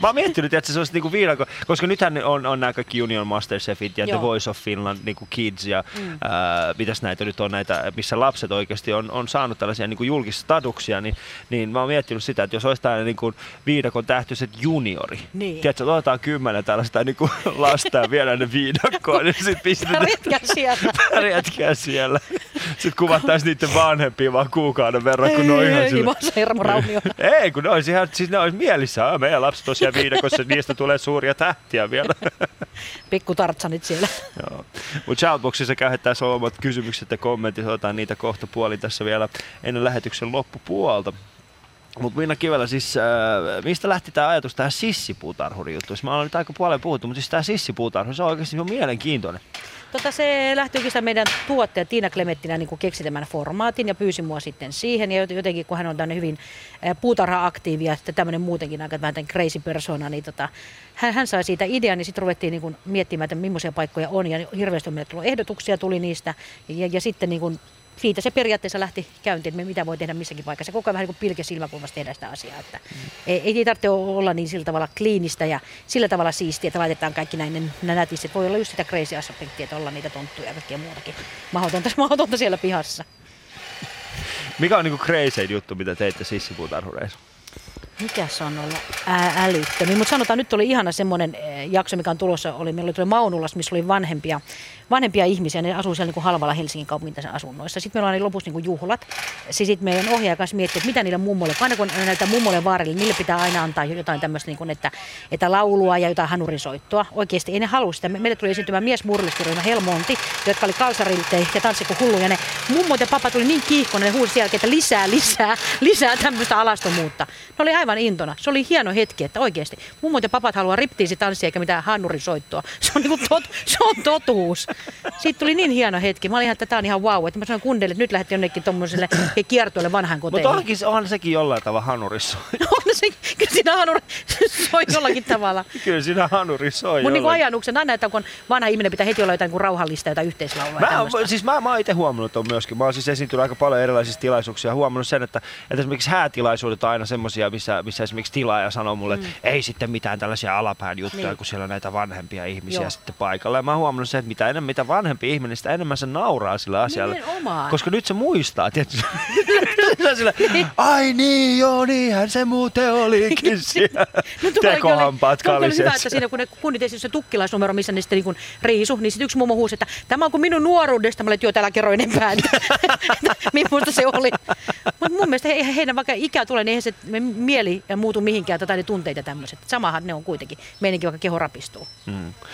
Mä oon miettinyt, että se olisi niinku viidakko, koska nythän on, on nämä kaikki Junior Masterchefit ja Joo. The Voice of Finland, niinku Kids ja mm. ää, mitäs näitä nyt on näitä, missä lapset oikeasti on, on saanut tällaisia niinku julkisstatuksia, niin, niin mä oon miettinyt sitä, että jos olisi tällainen niinku viidakon tähtyiset juniori. Niin. Tiedätkö, otetaan kymmenen tällaista niinku lasta ja viedään ne viidakkoon, niin sit pistetään. Pärjätkää siellä. Pärjätkää siellä. Sitten kuvattaisiin niiden vanhempia vaan kuukauden verran, kun ne on ihan sillä. Hermo Raunio. Ei, kun ne olisi ihan, siis ne olisi mielissä. Meidän lapset tosiaan viidakossa, niistä tulee suuria tähtiä vielä. Pikku tartsanit siellä. Joo. Mutta shoutboxissa käytetään olevat kysymykset ja kommentit. Otetaan niitä kohta puolin tässä vielä ennen lähetyksen loppupuolta. Mutta Minna Kivelä, siis äh, mistä lähti tämä ajatus tähän sissipuutarhurin juttuun? Mä olen nyt aika paljon puhuttu, mutta siis tämä sissipuutarhuri, se on oikeasti mielenkiintoinen. Tota, se lähti oikeastaan meidän tuottaja Tiina Klemettinä niin keksi tämän formaatin ja pyysi mua sitten siihen. Ja jotenkin, kun hän on tämmöinen hyvin puutarha-aktiivi ja sitten tämmöinen muutenkin aika vähän crazy persona, niin tota, hän, hän sai siitä idean, niin sitten ruvettiin niin kuin miettimään, että millaisia paikkoja on. Ja hirveästi on meille tullut ehdotuksia, tuli niistä. Ja, ja sitten niin kuin siitä se periaatteessa lähti käyntiin, että mitä voi tehdä missäkin paikassa. Koko ajan vähän niin kuin pilke silmäkulmassa tehdään sitä asiaa. Että mm. ei, ei tarvitse olla niin sillä tavalla kliinistä ja sillä tavalla siistiä, että laitetaan kaikki näin nätisti. Voi olla just sitä crazy aspektia, että olla niitä tonttuja ja kaikkea muutakin mahdotonta, mahdotonta siellä pihassa. Mikä on niin kuin crazy juttu, mitä teitte sissipuutarhureissa? Mikä se on ollut Ää, älyttömiä? Mutta sanotaan, nyt oli ihana semmoinen jakso, mikä on tulossa. Oli, meillä oli Maunulas, missä oli vanhempia, vanhempia ihmisiä. Ne asuu siellä niin kuin halvalla Helsingin kaupungin asunnoissa. Sitten meillä oli lopussa niin kuin juhlat. Sitten meidän ohjaaja kanssa mietti, että mitä niille mummoille, aina kun ne näyttää mummoille ja vaarille, niille pitää aina antaa jotain tämmöistä, niin kuin, että, että laulua ja jotain hanurisoittoa. Oikeasti ei ne halua sitä. Meille tuli esiintymään miesmurlistiryhmä Helmonti, jotka oli kalsarilta ja tanssi kuin hulluja. Ne mummot ja papa tuli niin kiihkoinen, ne huusi jälkeen, että lisää, lisää, lisää tämmöistä alastomuutta. Ne oli aivan intona. Se oli hieno hetki, että oikeasti mummot ja papat haluaa riptiisitanssia eikä mitään hanurisoittoa. Se on, niin kuin tot, se on totuus. Siitä tuli niin hieno hetki. Mä olin ihan, että tää on ihan vau. Että mä sanoin kundeille, että nyt lähti jonnekin tommoselle kiertueelle vanhaan koteihin. Mutta onhan, onhan sekin jollain tavalla hanurissa. On se, kyllä siinä hanuri soi jollakin tavalla. Kyllä siinä hanuri soi. Mun niin ajanuksen aina, että kun vanha ihminen pitää heti olla jotain kuin rauhallista, jotain yhteislaulua. Mä, siis mä, mä oon itse huomannut on myöskin. Mä oon siis esiintynyt aika paljon erilaisissa tilaisuuksissa ja huomannut sen, että, että esimerkiksi häätilaisuudet on aina semmosia, missä, missä esimerkiksi tilaaja sanoo mulle, että mm. ei sitten mitään tällaisia alapään juttuja, niin. kun siellä on näitä vanhempia ihmisiä Joo. sitten paikalla. Ja mä oon huomannut sen, että mitä enemmän mitä vanhempi ihminen, sitä enemmän se nauraa sillä asialla. Nimenomaan. Koska nyt se muistaa, tietysti. sillä, ai niin, joo, niinhän se muuten olikin siellä. No, tekohampaat kalisessa. Hyvä, että siinä kun ne kunnit esimerkiksi se tukkilaisnumero, missä ne sitten niin riisu, niin sitten yksi mummo huusi, että tämä on kuin minun nuoruudesta. Mä olin, että joo, täällä kerro enempää, että millaista se oli. Mutta mun mielestä he, heidän vaikka ikää tulee, niin eihän se mieli muutu mihinkään, tai ne tunteet ja tämmöiset. Samahan ne on kuitenkin. Meidänkin vaikka keho rapistuu. Mm. Äh,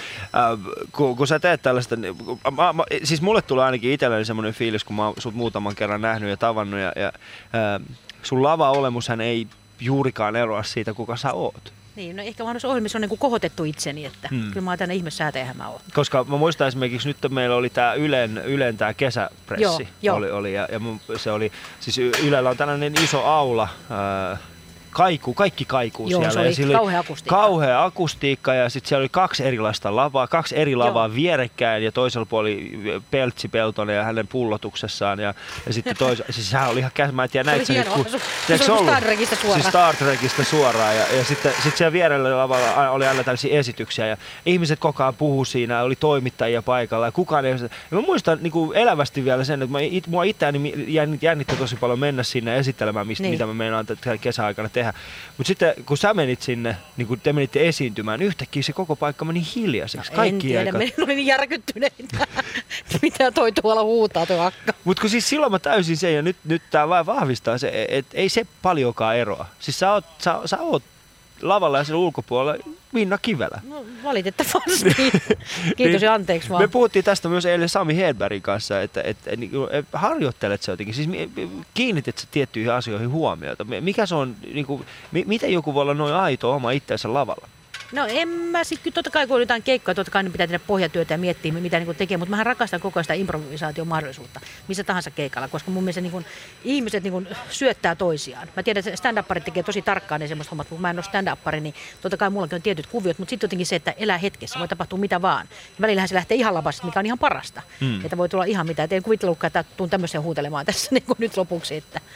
kun, kun sä teet tällaista, niin, mä, mä, siis mulle tulee ainakin itselleni semmoinen fiilis, kun mä oon sut muutaman kerran nähnyt ja tavannut, ja, ja äh, sun lava-olemushan ei juurikaan eroa siitä, kuka sä oot. Niin, no ehkä vaan ohjelmissa on niin kuin kohotettu itseni, että hmm. kyllä mä oon tänne ihmessäätäjähän mä oon. Koska mä muistan esimerkiksi nyt meillä oli tää Ylen, Ylen tää kesäpressi. Joo, jo. Oli, oli, ja, ja se oli, siis Ylellä on tällainen iso aula, äh, kaiku, kaikki kaikuu Joo, siellä. Se oli ja kauhea akustiikka. Kauhea akustiikka ja sitten siellä oli kaksi erilaista lavaa, kaksi eri lavaa Joo. vierekkäin ja toisella puolella Peltsi Peltonen ja hänen pullotuksessaan ja, ja sitten toisella, siis sehän oli ihan käs, mä en tiedä näitä. Se oli hienoa, se, se oli Star Trekistä suoraan. Siis Star Trekistä suoraan ja, ja sitten sit siellä vierellä lavalla oli aina tällaisia esityksiä ja ihmiset koko ajan puhui siinä, oli toimittajia paikalla ja kukaan ei. Ja mä muistan niin kuin elävästi vielä sen, että mä, it, mua itseäni jännitti tosi paljon mennä sinne esittelemään, mistä, niin. mitä me meinaan kesäaikana tehdä. Mutta sitten kun sä menit sinne, niin kun te menitte esiintymään, yhtäkkiä se koko paikka meni hiljaiseksi. No, en tiedä, me olin niin järkyttyneitä. Mitä toi tuolla huutaa tuo akka. Mutta kun siis silloin mä täysin sen ja nyt, nyt tää vaan vahvistaa se, että ei se paljonkaan eroa. Siis sä oot, sä, sä oot lavalla ja siellä ulkopuolella Minna Kivelä. No valitettavasti. Kiitos ja anteeksi vaan. Me puhuttiin tästä myös eilen Sami Hedbergin kanssa, että, että, että että harjoittelet sä jotenkin, siis kiinnitit sä tiettyihin asioihin huomiota. Mikä se on, niin kuin, miten joku voi olla noin aito oma itseensä lavalla? No en mä sitten, kyllä totta kai kun on jotain keikkaa, totta kai ne pitää tehdä pohjatyötä ja miettiä mitä niin tekee, mutta mähän rakastan koko ajan sitä improvisaation mahdollisuutta missä tahansa keikalla, koska mun mielestä niin kun, ihmiset niin kun, syöttää toisiaan. Mä tiedän, että stand-upparit tekee tosi tarkkaan ne semmoista hommat, kun mä en ole stand-uppari, niin totta kai mullakin on tietyt kuviot, mutta sitten jotenkin se, että elää hetkessä, voi tapahtua mitä vaan. Ja välillähän se lähtee ihan lapasta, mikä on ihan parasta, hmm. että voi tulla ihan mitä. Et en kuvitellutkaan, että tuun tämmöisen huutelemaan tässä niin nyt lopuksi, että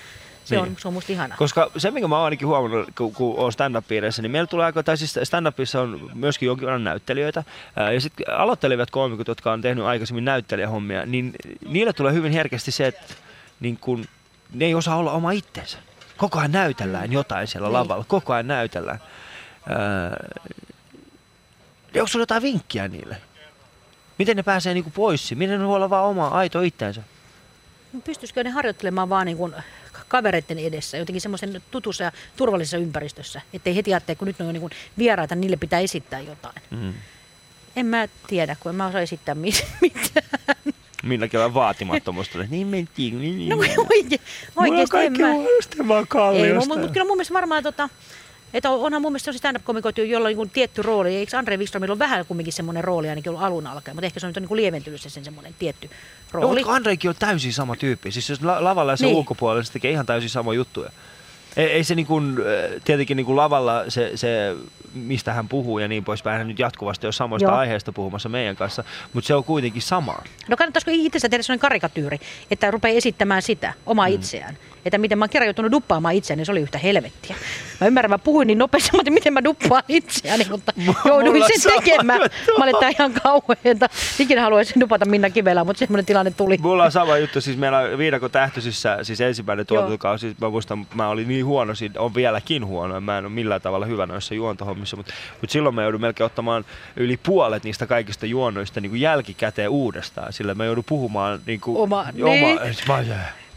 Se, Niin. on, se on musta ihanaa. Koska se, minkä mä oon ainakin huomannut, kun, kun oon stand-up-piireissä, niin meillä tulee aika, tai siis stand-upissa on myöskin jonkin verran näyttelijöitä. Ää, ja sitten aloittelevat koomikot, jotka on tehnyt aikaisemmin näyttelijähommia, niin niille tulee hyvin herkästi se, että niin kun, ne ei osaa olla oma itsensä. Koko ajan näytellään jotain siellä niin. lavalla, koko ajan näytellään. Ää, onko sulla jotain vinkkiä niille? Miten ne pääsee niinku pois? Miten ne voi olla vaan oma aito itsensä? Pystyisikö ne harjoittelemaan vaan niin kuin kavereiden edessä, jotenkin semmoisen tutussa ja turvallisessa ympäristössä, ettei heti ajattele, kun nyt ne on niin kuin vieraita, niille pitää esittää jotain. Mm. En mä tiedä, kun en mä osaa esittää mitään. Minäkin olen vaatimattomusta. Niin mentiin. Niin, niin. No oikein, oikeasti en mä. Ei, mutta kyllä mun mielestä varmaan, tota, että onhan mun mielestä sellaisia stand-up-komikoita, joilla on niin tietty rooli. Eikö Andre Wikströmillä ole vähän kumminkin semmoinen rooli ainakin ollut alun alkaen, mutta ehkä se on nyt niin lieventynyt sen semmoinen tietty rooli. No, Andreikin on täysin sama tyyppi. Siis jos lavalla ja se niin. ulkopuolella, se tekee ihan täysin sama juttuja. Ei, ei se niin kuin, tietenkin niin kuin lavalla se, se, mistä hän puhuu ja niin poispäin, hän nyt jatkuvasti on samoista Joo. aiheista puhumassa meidän kanssa, mutta se on kuitenkin samaa. No kannattaisiko itsestä tehdä sellainen karikatyyri, että rupeaa esittämään sitä, omaa mm. itseään? Että miten mä oon kerran joutunut duppaamaan itseäni, niin se oli yhtä helvettiä. Mä ymmärrän, mä puhuin niin nopeasti, että miten mä duppaan itseäni, mutta jouduin sen tekemään. Mä olin tää ihan kauheeta. Ikinä haluaisin dupata Minna Kivelää, mutta semmoinen tilanne tuli. Mulla on sama juttu, siis meillä on Viidakon tähtöisissä, siis ensimmäinen tuotantokausi, siis mä muistan, mä olin niin huono, on vieläkin huono, mä en ole millään tavalla hyvä noissa juontohommissa, mutta, mutta silloin mä joudun melkein ottamaan yli puolet niistä kaikista juonnoista niin kuin jälkikäteen uudestaan, sillä mä joudun puhumaan niin kuin, oma, oma niin.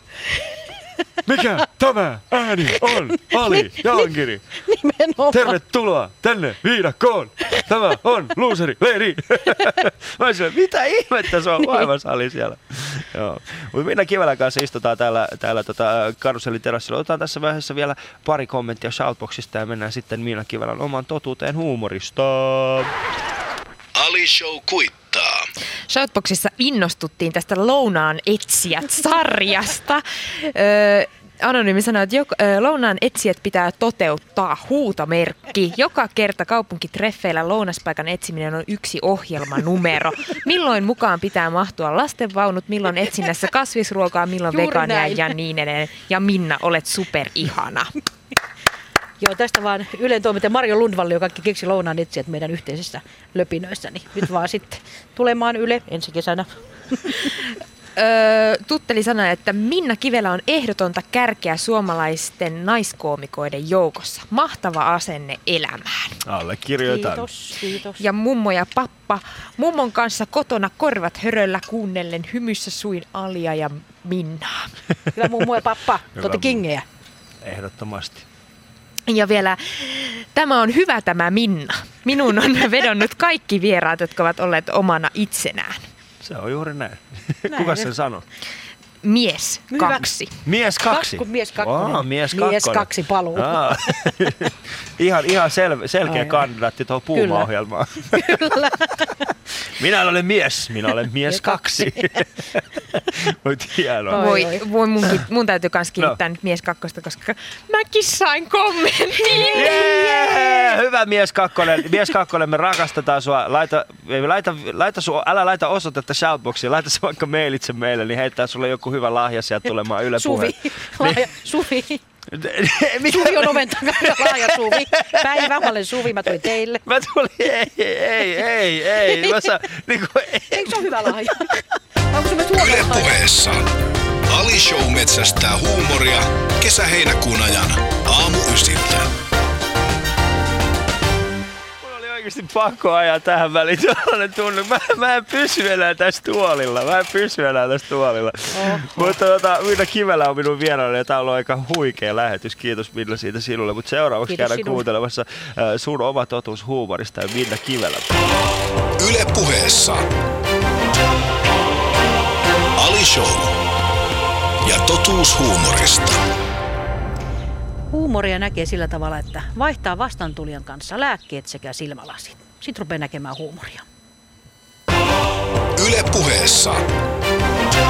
Mikä tämä ääni on? Ali Jaankiri. Nimenomaan. Tervetuloa tänne Viidakkoon. Tämä on Looseri Leiri. Mä olisin, mitä ihmettä se on vaivasali siellä. Joo. Mutta Minna Kivelän kanssa istutaan täällä, täällä tota Karuselli-terassilla. Otetaan tässä vaiheessa vielä pari kommenttia Shoutboxista ja mennään sitten Minna Kivelän oman totuuteen huumorista. Ali Show kuittaa. Shoutboxissa innostuttiin tästä Lounaan etsijät-sarjasta. Öö, Anonyymi sanoi, että jok, ö, Lounaan etsijät pitää toteuttaa huutomerkki. Joka kerta kaupunkitreffeillä lounaspaikan etsiminen on yksi ohjelmanumero. Milloin mukaan pitää mahtua lastenvaunut, milloin etsinnässä kasvisruokaa, milloin vegaania ja niin edelleen. Ja Minna, olet superihana. Joo, tästä vaan Ylen toimittaja Marjo Lundvalli, joka keksi Lounaan etsijät meidän yhteisissä löpinöissä. Niin nyt vaan sitten tulemaan Yle ensi kesänä. Öö, Tutteli sanoi, että Minna Kivelä on ehdotonta kärkeä suomalaisten naiskoomikoiden joukossa. Mahtava asenne elämään. Allekirjoitan. Kiitos, kiitos. Ja mummo ja pappa. Mummon kanssa kotona korvat höröllä kuunnellen hymyssä suin Alia ja Minnaa. Hyvä mummo ja pappa, tuotte kingejä. Ehdottomasti. Ja vielä, tämä on hyvä tämä Minna. Minun on vedonnut kaikki vieraat, jotka ovat olleet omana itsenään. Se on juuri näin. näin. Kuka sen sanoi? Mies Hyvä. kaksi. Mies kaksi? Kakku, mies kakkonen. Oh, mies kakkonen. Mies kaksi paluu. Ah. ihan ihan sel, selkeä ai, kandidaatti tuohon Puuma-ohjelmaan. Kyllä. Minä olen mies, minä olen mies kaksi. Voit hienoa. Voi, voi munkin, mun täytyy myös kiittää no. nyt mies kakkosta, koska mäkin sain kommentin. Yeah! Hyvä mies kakkonen. Mies kakkonen, me rakastetaan sua. Laita, laita, laita sua, älä laita osoitetta Shoutboxiin, laita se vaikka mailitse meille, niin heittää sulle joku hyvä lahja sieltä tulemaan Yle Puheen. Suvi. Lahja, Suvi. Suvi on oven takana, laaja Suvi. Päivä, mä olen Suvi, mä tulin teille. Mä tulin, ei, ei, ei, ei. Mä saan, niin kuin, ei. Eikö se ole hyvä lahja? Onko se myös Yle Puheessa Ali Show metsästää huumoria kesä-heinäkuun ajan aamu ysiltä. Oikeasti pakko ajaa tähän väliin sellainen tunne. Mä, mä en pysy enää tässä tuolilla. Mä en pysy enää tässä tuolilla. Oho. Mutta tota, Minna Kivelä on minun vieraani ja tää on ollut aika huikea lähetys. Kiitos Minna siitä sinulle. Mutta seuraavaksi Kiitos käydään sinulle. Kuuntelemassa äh, sun oma totuus huumorista ja Minna Kivelä. Yle Puheessa Ali Show ja totuus huumorista. Huumoria näkee sillä tavalla, että vaihtaa vastaantulijan kanssa lääkkeet sekä silmälasit. Sitten rupeaa näkemään huumoria. Yle Puheessa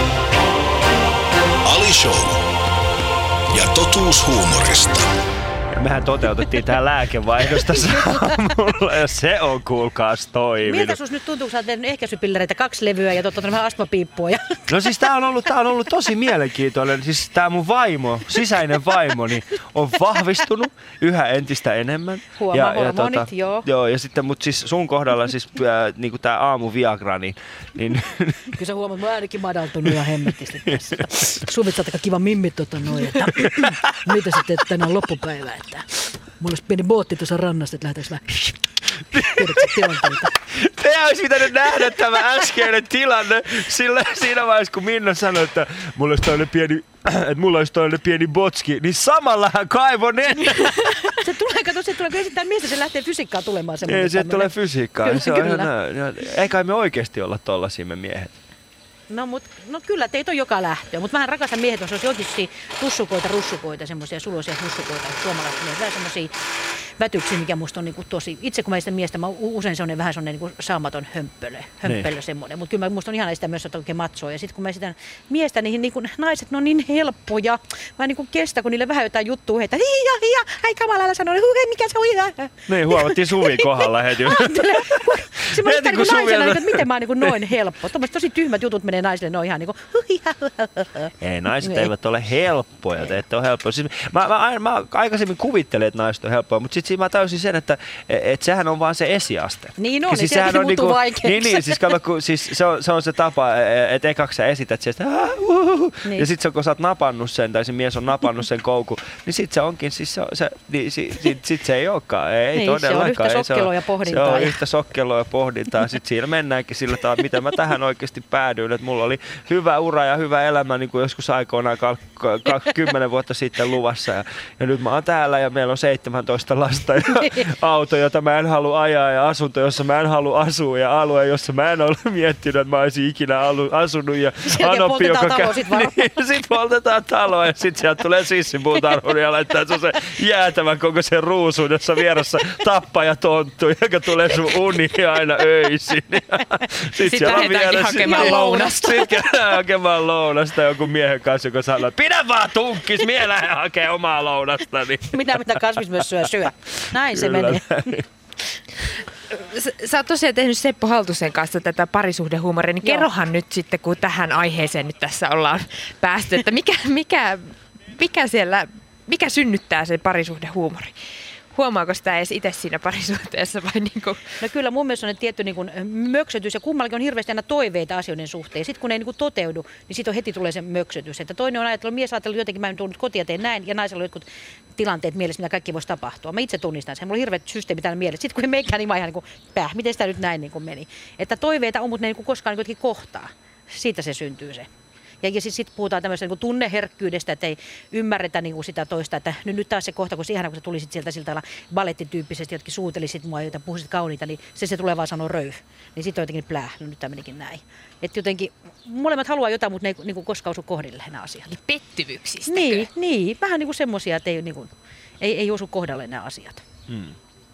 Ali Show ja totuus huumorista. Mehän toteutettiin tää lääkevaihdosta saamulla ja se on kuulkaas toiminut. Miltä sus nyt tuntuu, kun sä oot tehnyt ehkäisypillereitä, kaksi levyä ja totta vähän astmapiippua? Ja... No siis tää on ollut, tää on ollut tosi mielenkiintoinen. Siis tää mun vaimo, sisäinen vaimoni on vahvistunut yhä entistä enemmän. Huomaa hormonit, tota, joo. Joo, ja sitten mut siis sun kohdalla siis äh, niinku tää aamu Viagra, niin... niin kyllä sä huomaat, mä oon ainakin madaltunut ihan hemmetisti tässä. Suvit saat aika kiva mimmit tota noin, että mitä sä teet tänään loppupäivä, että mulla olisi pieni bootti tuossa rannassa, että lähdetäänkö vähän tiedätkö tilanteita. Te olisi pitänyt nähdä tämä äskeinen tilanne sillä, siinä vaiheessa, kun Minna sanoi, että mulla olisi toinen pieni, että mulla olisi toinen pieni botski, niin samalla hän kaivoi ne. Se tulee, kato, se tulee, kun esittää, mistä se lähtee fysiikkaan tulemaan semmoinen. Ei, se tulee fysiikkaan. Kyllä, se on kyllä. ihan, ei kai me oikeasti olla tollasia me miehet. No, mut, no kyllä, teitä on joka lähtö, mutta vähän rakastan miehet, jos olisi oikeasti tussukoita, russukoita, semmoisia suloisia russukoita, suomalaiset miehet, vähän semmoisia vätyksiä, mikä musta on niinku tosi, itse kun mä sitä miestä, mä usein semmoinen vähän semmoinen niinku saamaton hömppölö, hömppölö niin. Semmoinen, mutta kyllä musta on ihana sitä myös, että oikein matsoa, ja sitten kun mä esitän miestä, niin niinku, naiset, ne on niin helppoja, mä niinku kestä, kun niille vähän jotain juttua heitä, hiia, hiia, ai kamalalla sanoo, hei, mikä se on, niin, huomattiin Suvi kohdalla heti. Se mä sitä niinku naisena, että miten mä oon niinku noin helppo, tommoset tosi tyhmät jutut menee naisille, ne on ihan niinku, ei, naiset ei. Eivät ole helppoja, te ette ole helppoja. Siis mä, mä, mä aikaisemmin kuvittelin, että naiset on helppoja, mutta sitten mä täysin sen, että et sehän on vaan se esiaste. Niin on, siis niin sehän on niinku, vaikeaksi. Niin, niin siis, kato, kun, siis se, on, se on se tapa, että ekaksi sä esität sieltä, uh, niin. Ja sitten kun sä oot napannut sen, tai se mies on napannut sen koukun, niin sitten se onkin, siis se, se, niin, sit, sit, sit se ei olekaan, ei niin, todellakaan. Se on yhtä sokkeloa ja pohdintaa. Se on ja... yhtä sokkeloa ja pohdintaa. Sitten siinä mennäänkin sillä tavalla, miten mä tähän oikeasti päädyin, että mulla oli hyvä ura ja hyvä elämä, niin kuin joskus aikoinaan kymmenen vuotta sitten luvassa. Ja, ja nyt mä oon täällä ja meillä on seitsemäntoista lasta ja auto, jota mä en halua ajaa ja asunto, jossa mä en halua asua ja alue, jossa mä en ole miettinyt, että mä olisin ikinä asunut. Ja Anoppi, joka käy, niin, sit poltetaan taloa ja sit sieltä tulee sissipuutarhuri ja laittaa se jäätävän koko sen ruusuun, jossa vieressä tappaja tonttu, joka tulee sun uni aina öisin. Sitten sit lähdetäänkin hakemaan lounasta. Sitten käydään hakemaan lounasta joku miehen kanssa, joka sanoo, että pidä vaan tunkkis, mie lähden hakemaan omaa lounastani. Mitä mitä kasvismössöä syö. Näin se menee. Sä oot tosiaan tehnyt Seppo Haltusen kanssa tätä parisuhdehuumoria, niin Joo. kerrohan nyt sitten, kun tähän aiheeseen nyt tässä ollaan päästy, että mikä, mikä, mikä siellä, mikä synnyttää sen parisuhdehuumori? Huomaako sitä edes itse siinä parisuhteessa vai niin kuin? No kyllä mun mielestä on tietty niin kuin möksötys ja kummallakin on hirveästi aina toiveita asioiden suhteen. Sitten kun ne ei niin kuin toteudu, niin sitten heti tulee se möksötys. Että toinen on ajatellut, mies ajatellut jotenkin, mä en tullut kotia ja teen näin ja naisella on jotkut tilanteet mielessä, mitä kaikki voisi tapahtua. Mä itse tunnistan sen. Mulla on hirveät systeemi täällä mielessä. Sitten kun ei meikään, niin mä ihan niin kuin, päh, miten sitä nyt näin niin kuin meni. Että toiveita on, mutta ne ei niin kuin koskaan niin kuin kohtaa. Siitä se syntyy se. Ja, ja sitten sit puhutaan tämmöisestä niin tunneherkkyydestä, että ei ymmärretä niin kuin sitä toista, että nyt, nyt taas se kohta, kun se ihana, kun sä tulisit sieltä siltä lailla ballettityyppisesti, jotkin suutelisit mua, joita puhuisit kauniita, niin se, se tulee vaan sanoa röyh. Niin sitten on jotenkin plää, no nyt tämä menikin näin. Että jotenkin molemmat haluaa jotain, mutta ne ei niin kuin koskaan osu kohdille nämä asiat. Niin pettymyksistä. Niin, niin, vähän niin kuin semmoisia, että ei, niin kuin, ei, ei osu kohdalle nämä asiat. Hmm.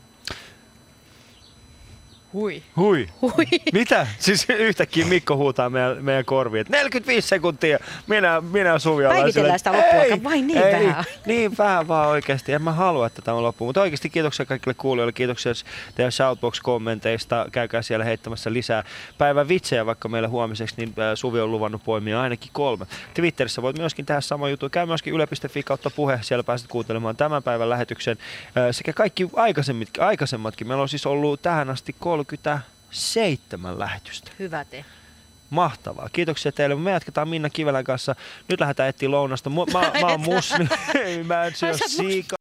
Hui. Hui. Hui. Mitä? Siis yhtäkkiä Mikko huutaa meidän, meidän korviin, että neljäkymmentäviisi sekuntia, minä, minä Suvi ollaan. Päivitellään sitä loppuaikaa, vai niin ei, vähän? Niin vähän vaan oikeasti, en mä halua, että tämä on loppu. Mutta oikeasti kiitoksia kaikille kuulijoille, kiitoksia teidän Shoutbox-kommenteista, käykää siellä heittämässä lisää päivän vitsejä, vaikka meille huomiseksi, niin Suvi on luvannut poimia ainakin kolme. Twitterissä voit myöskin tehdä sama juttu, käy myöskin yle piste fi kautta puhe, siellä pääset kuuntelemaan tämän päivän lähetyksen sekä kaikki aikaisemmatkin. Meillä on siis ollut tähän asti kolmekymmentäseitsemän lähetystä. Hyvä te. Mahtavaa. Kiitoksia teille. Me jatketaan Minna Kivelän kanssa. Nyt lähdetään etsiä lounasta. Mä, mä, mä oon musli. Mä en syö siikaa.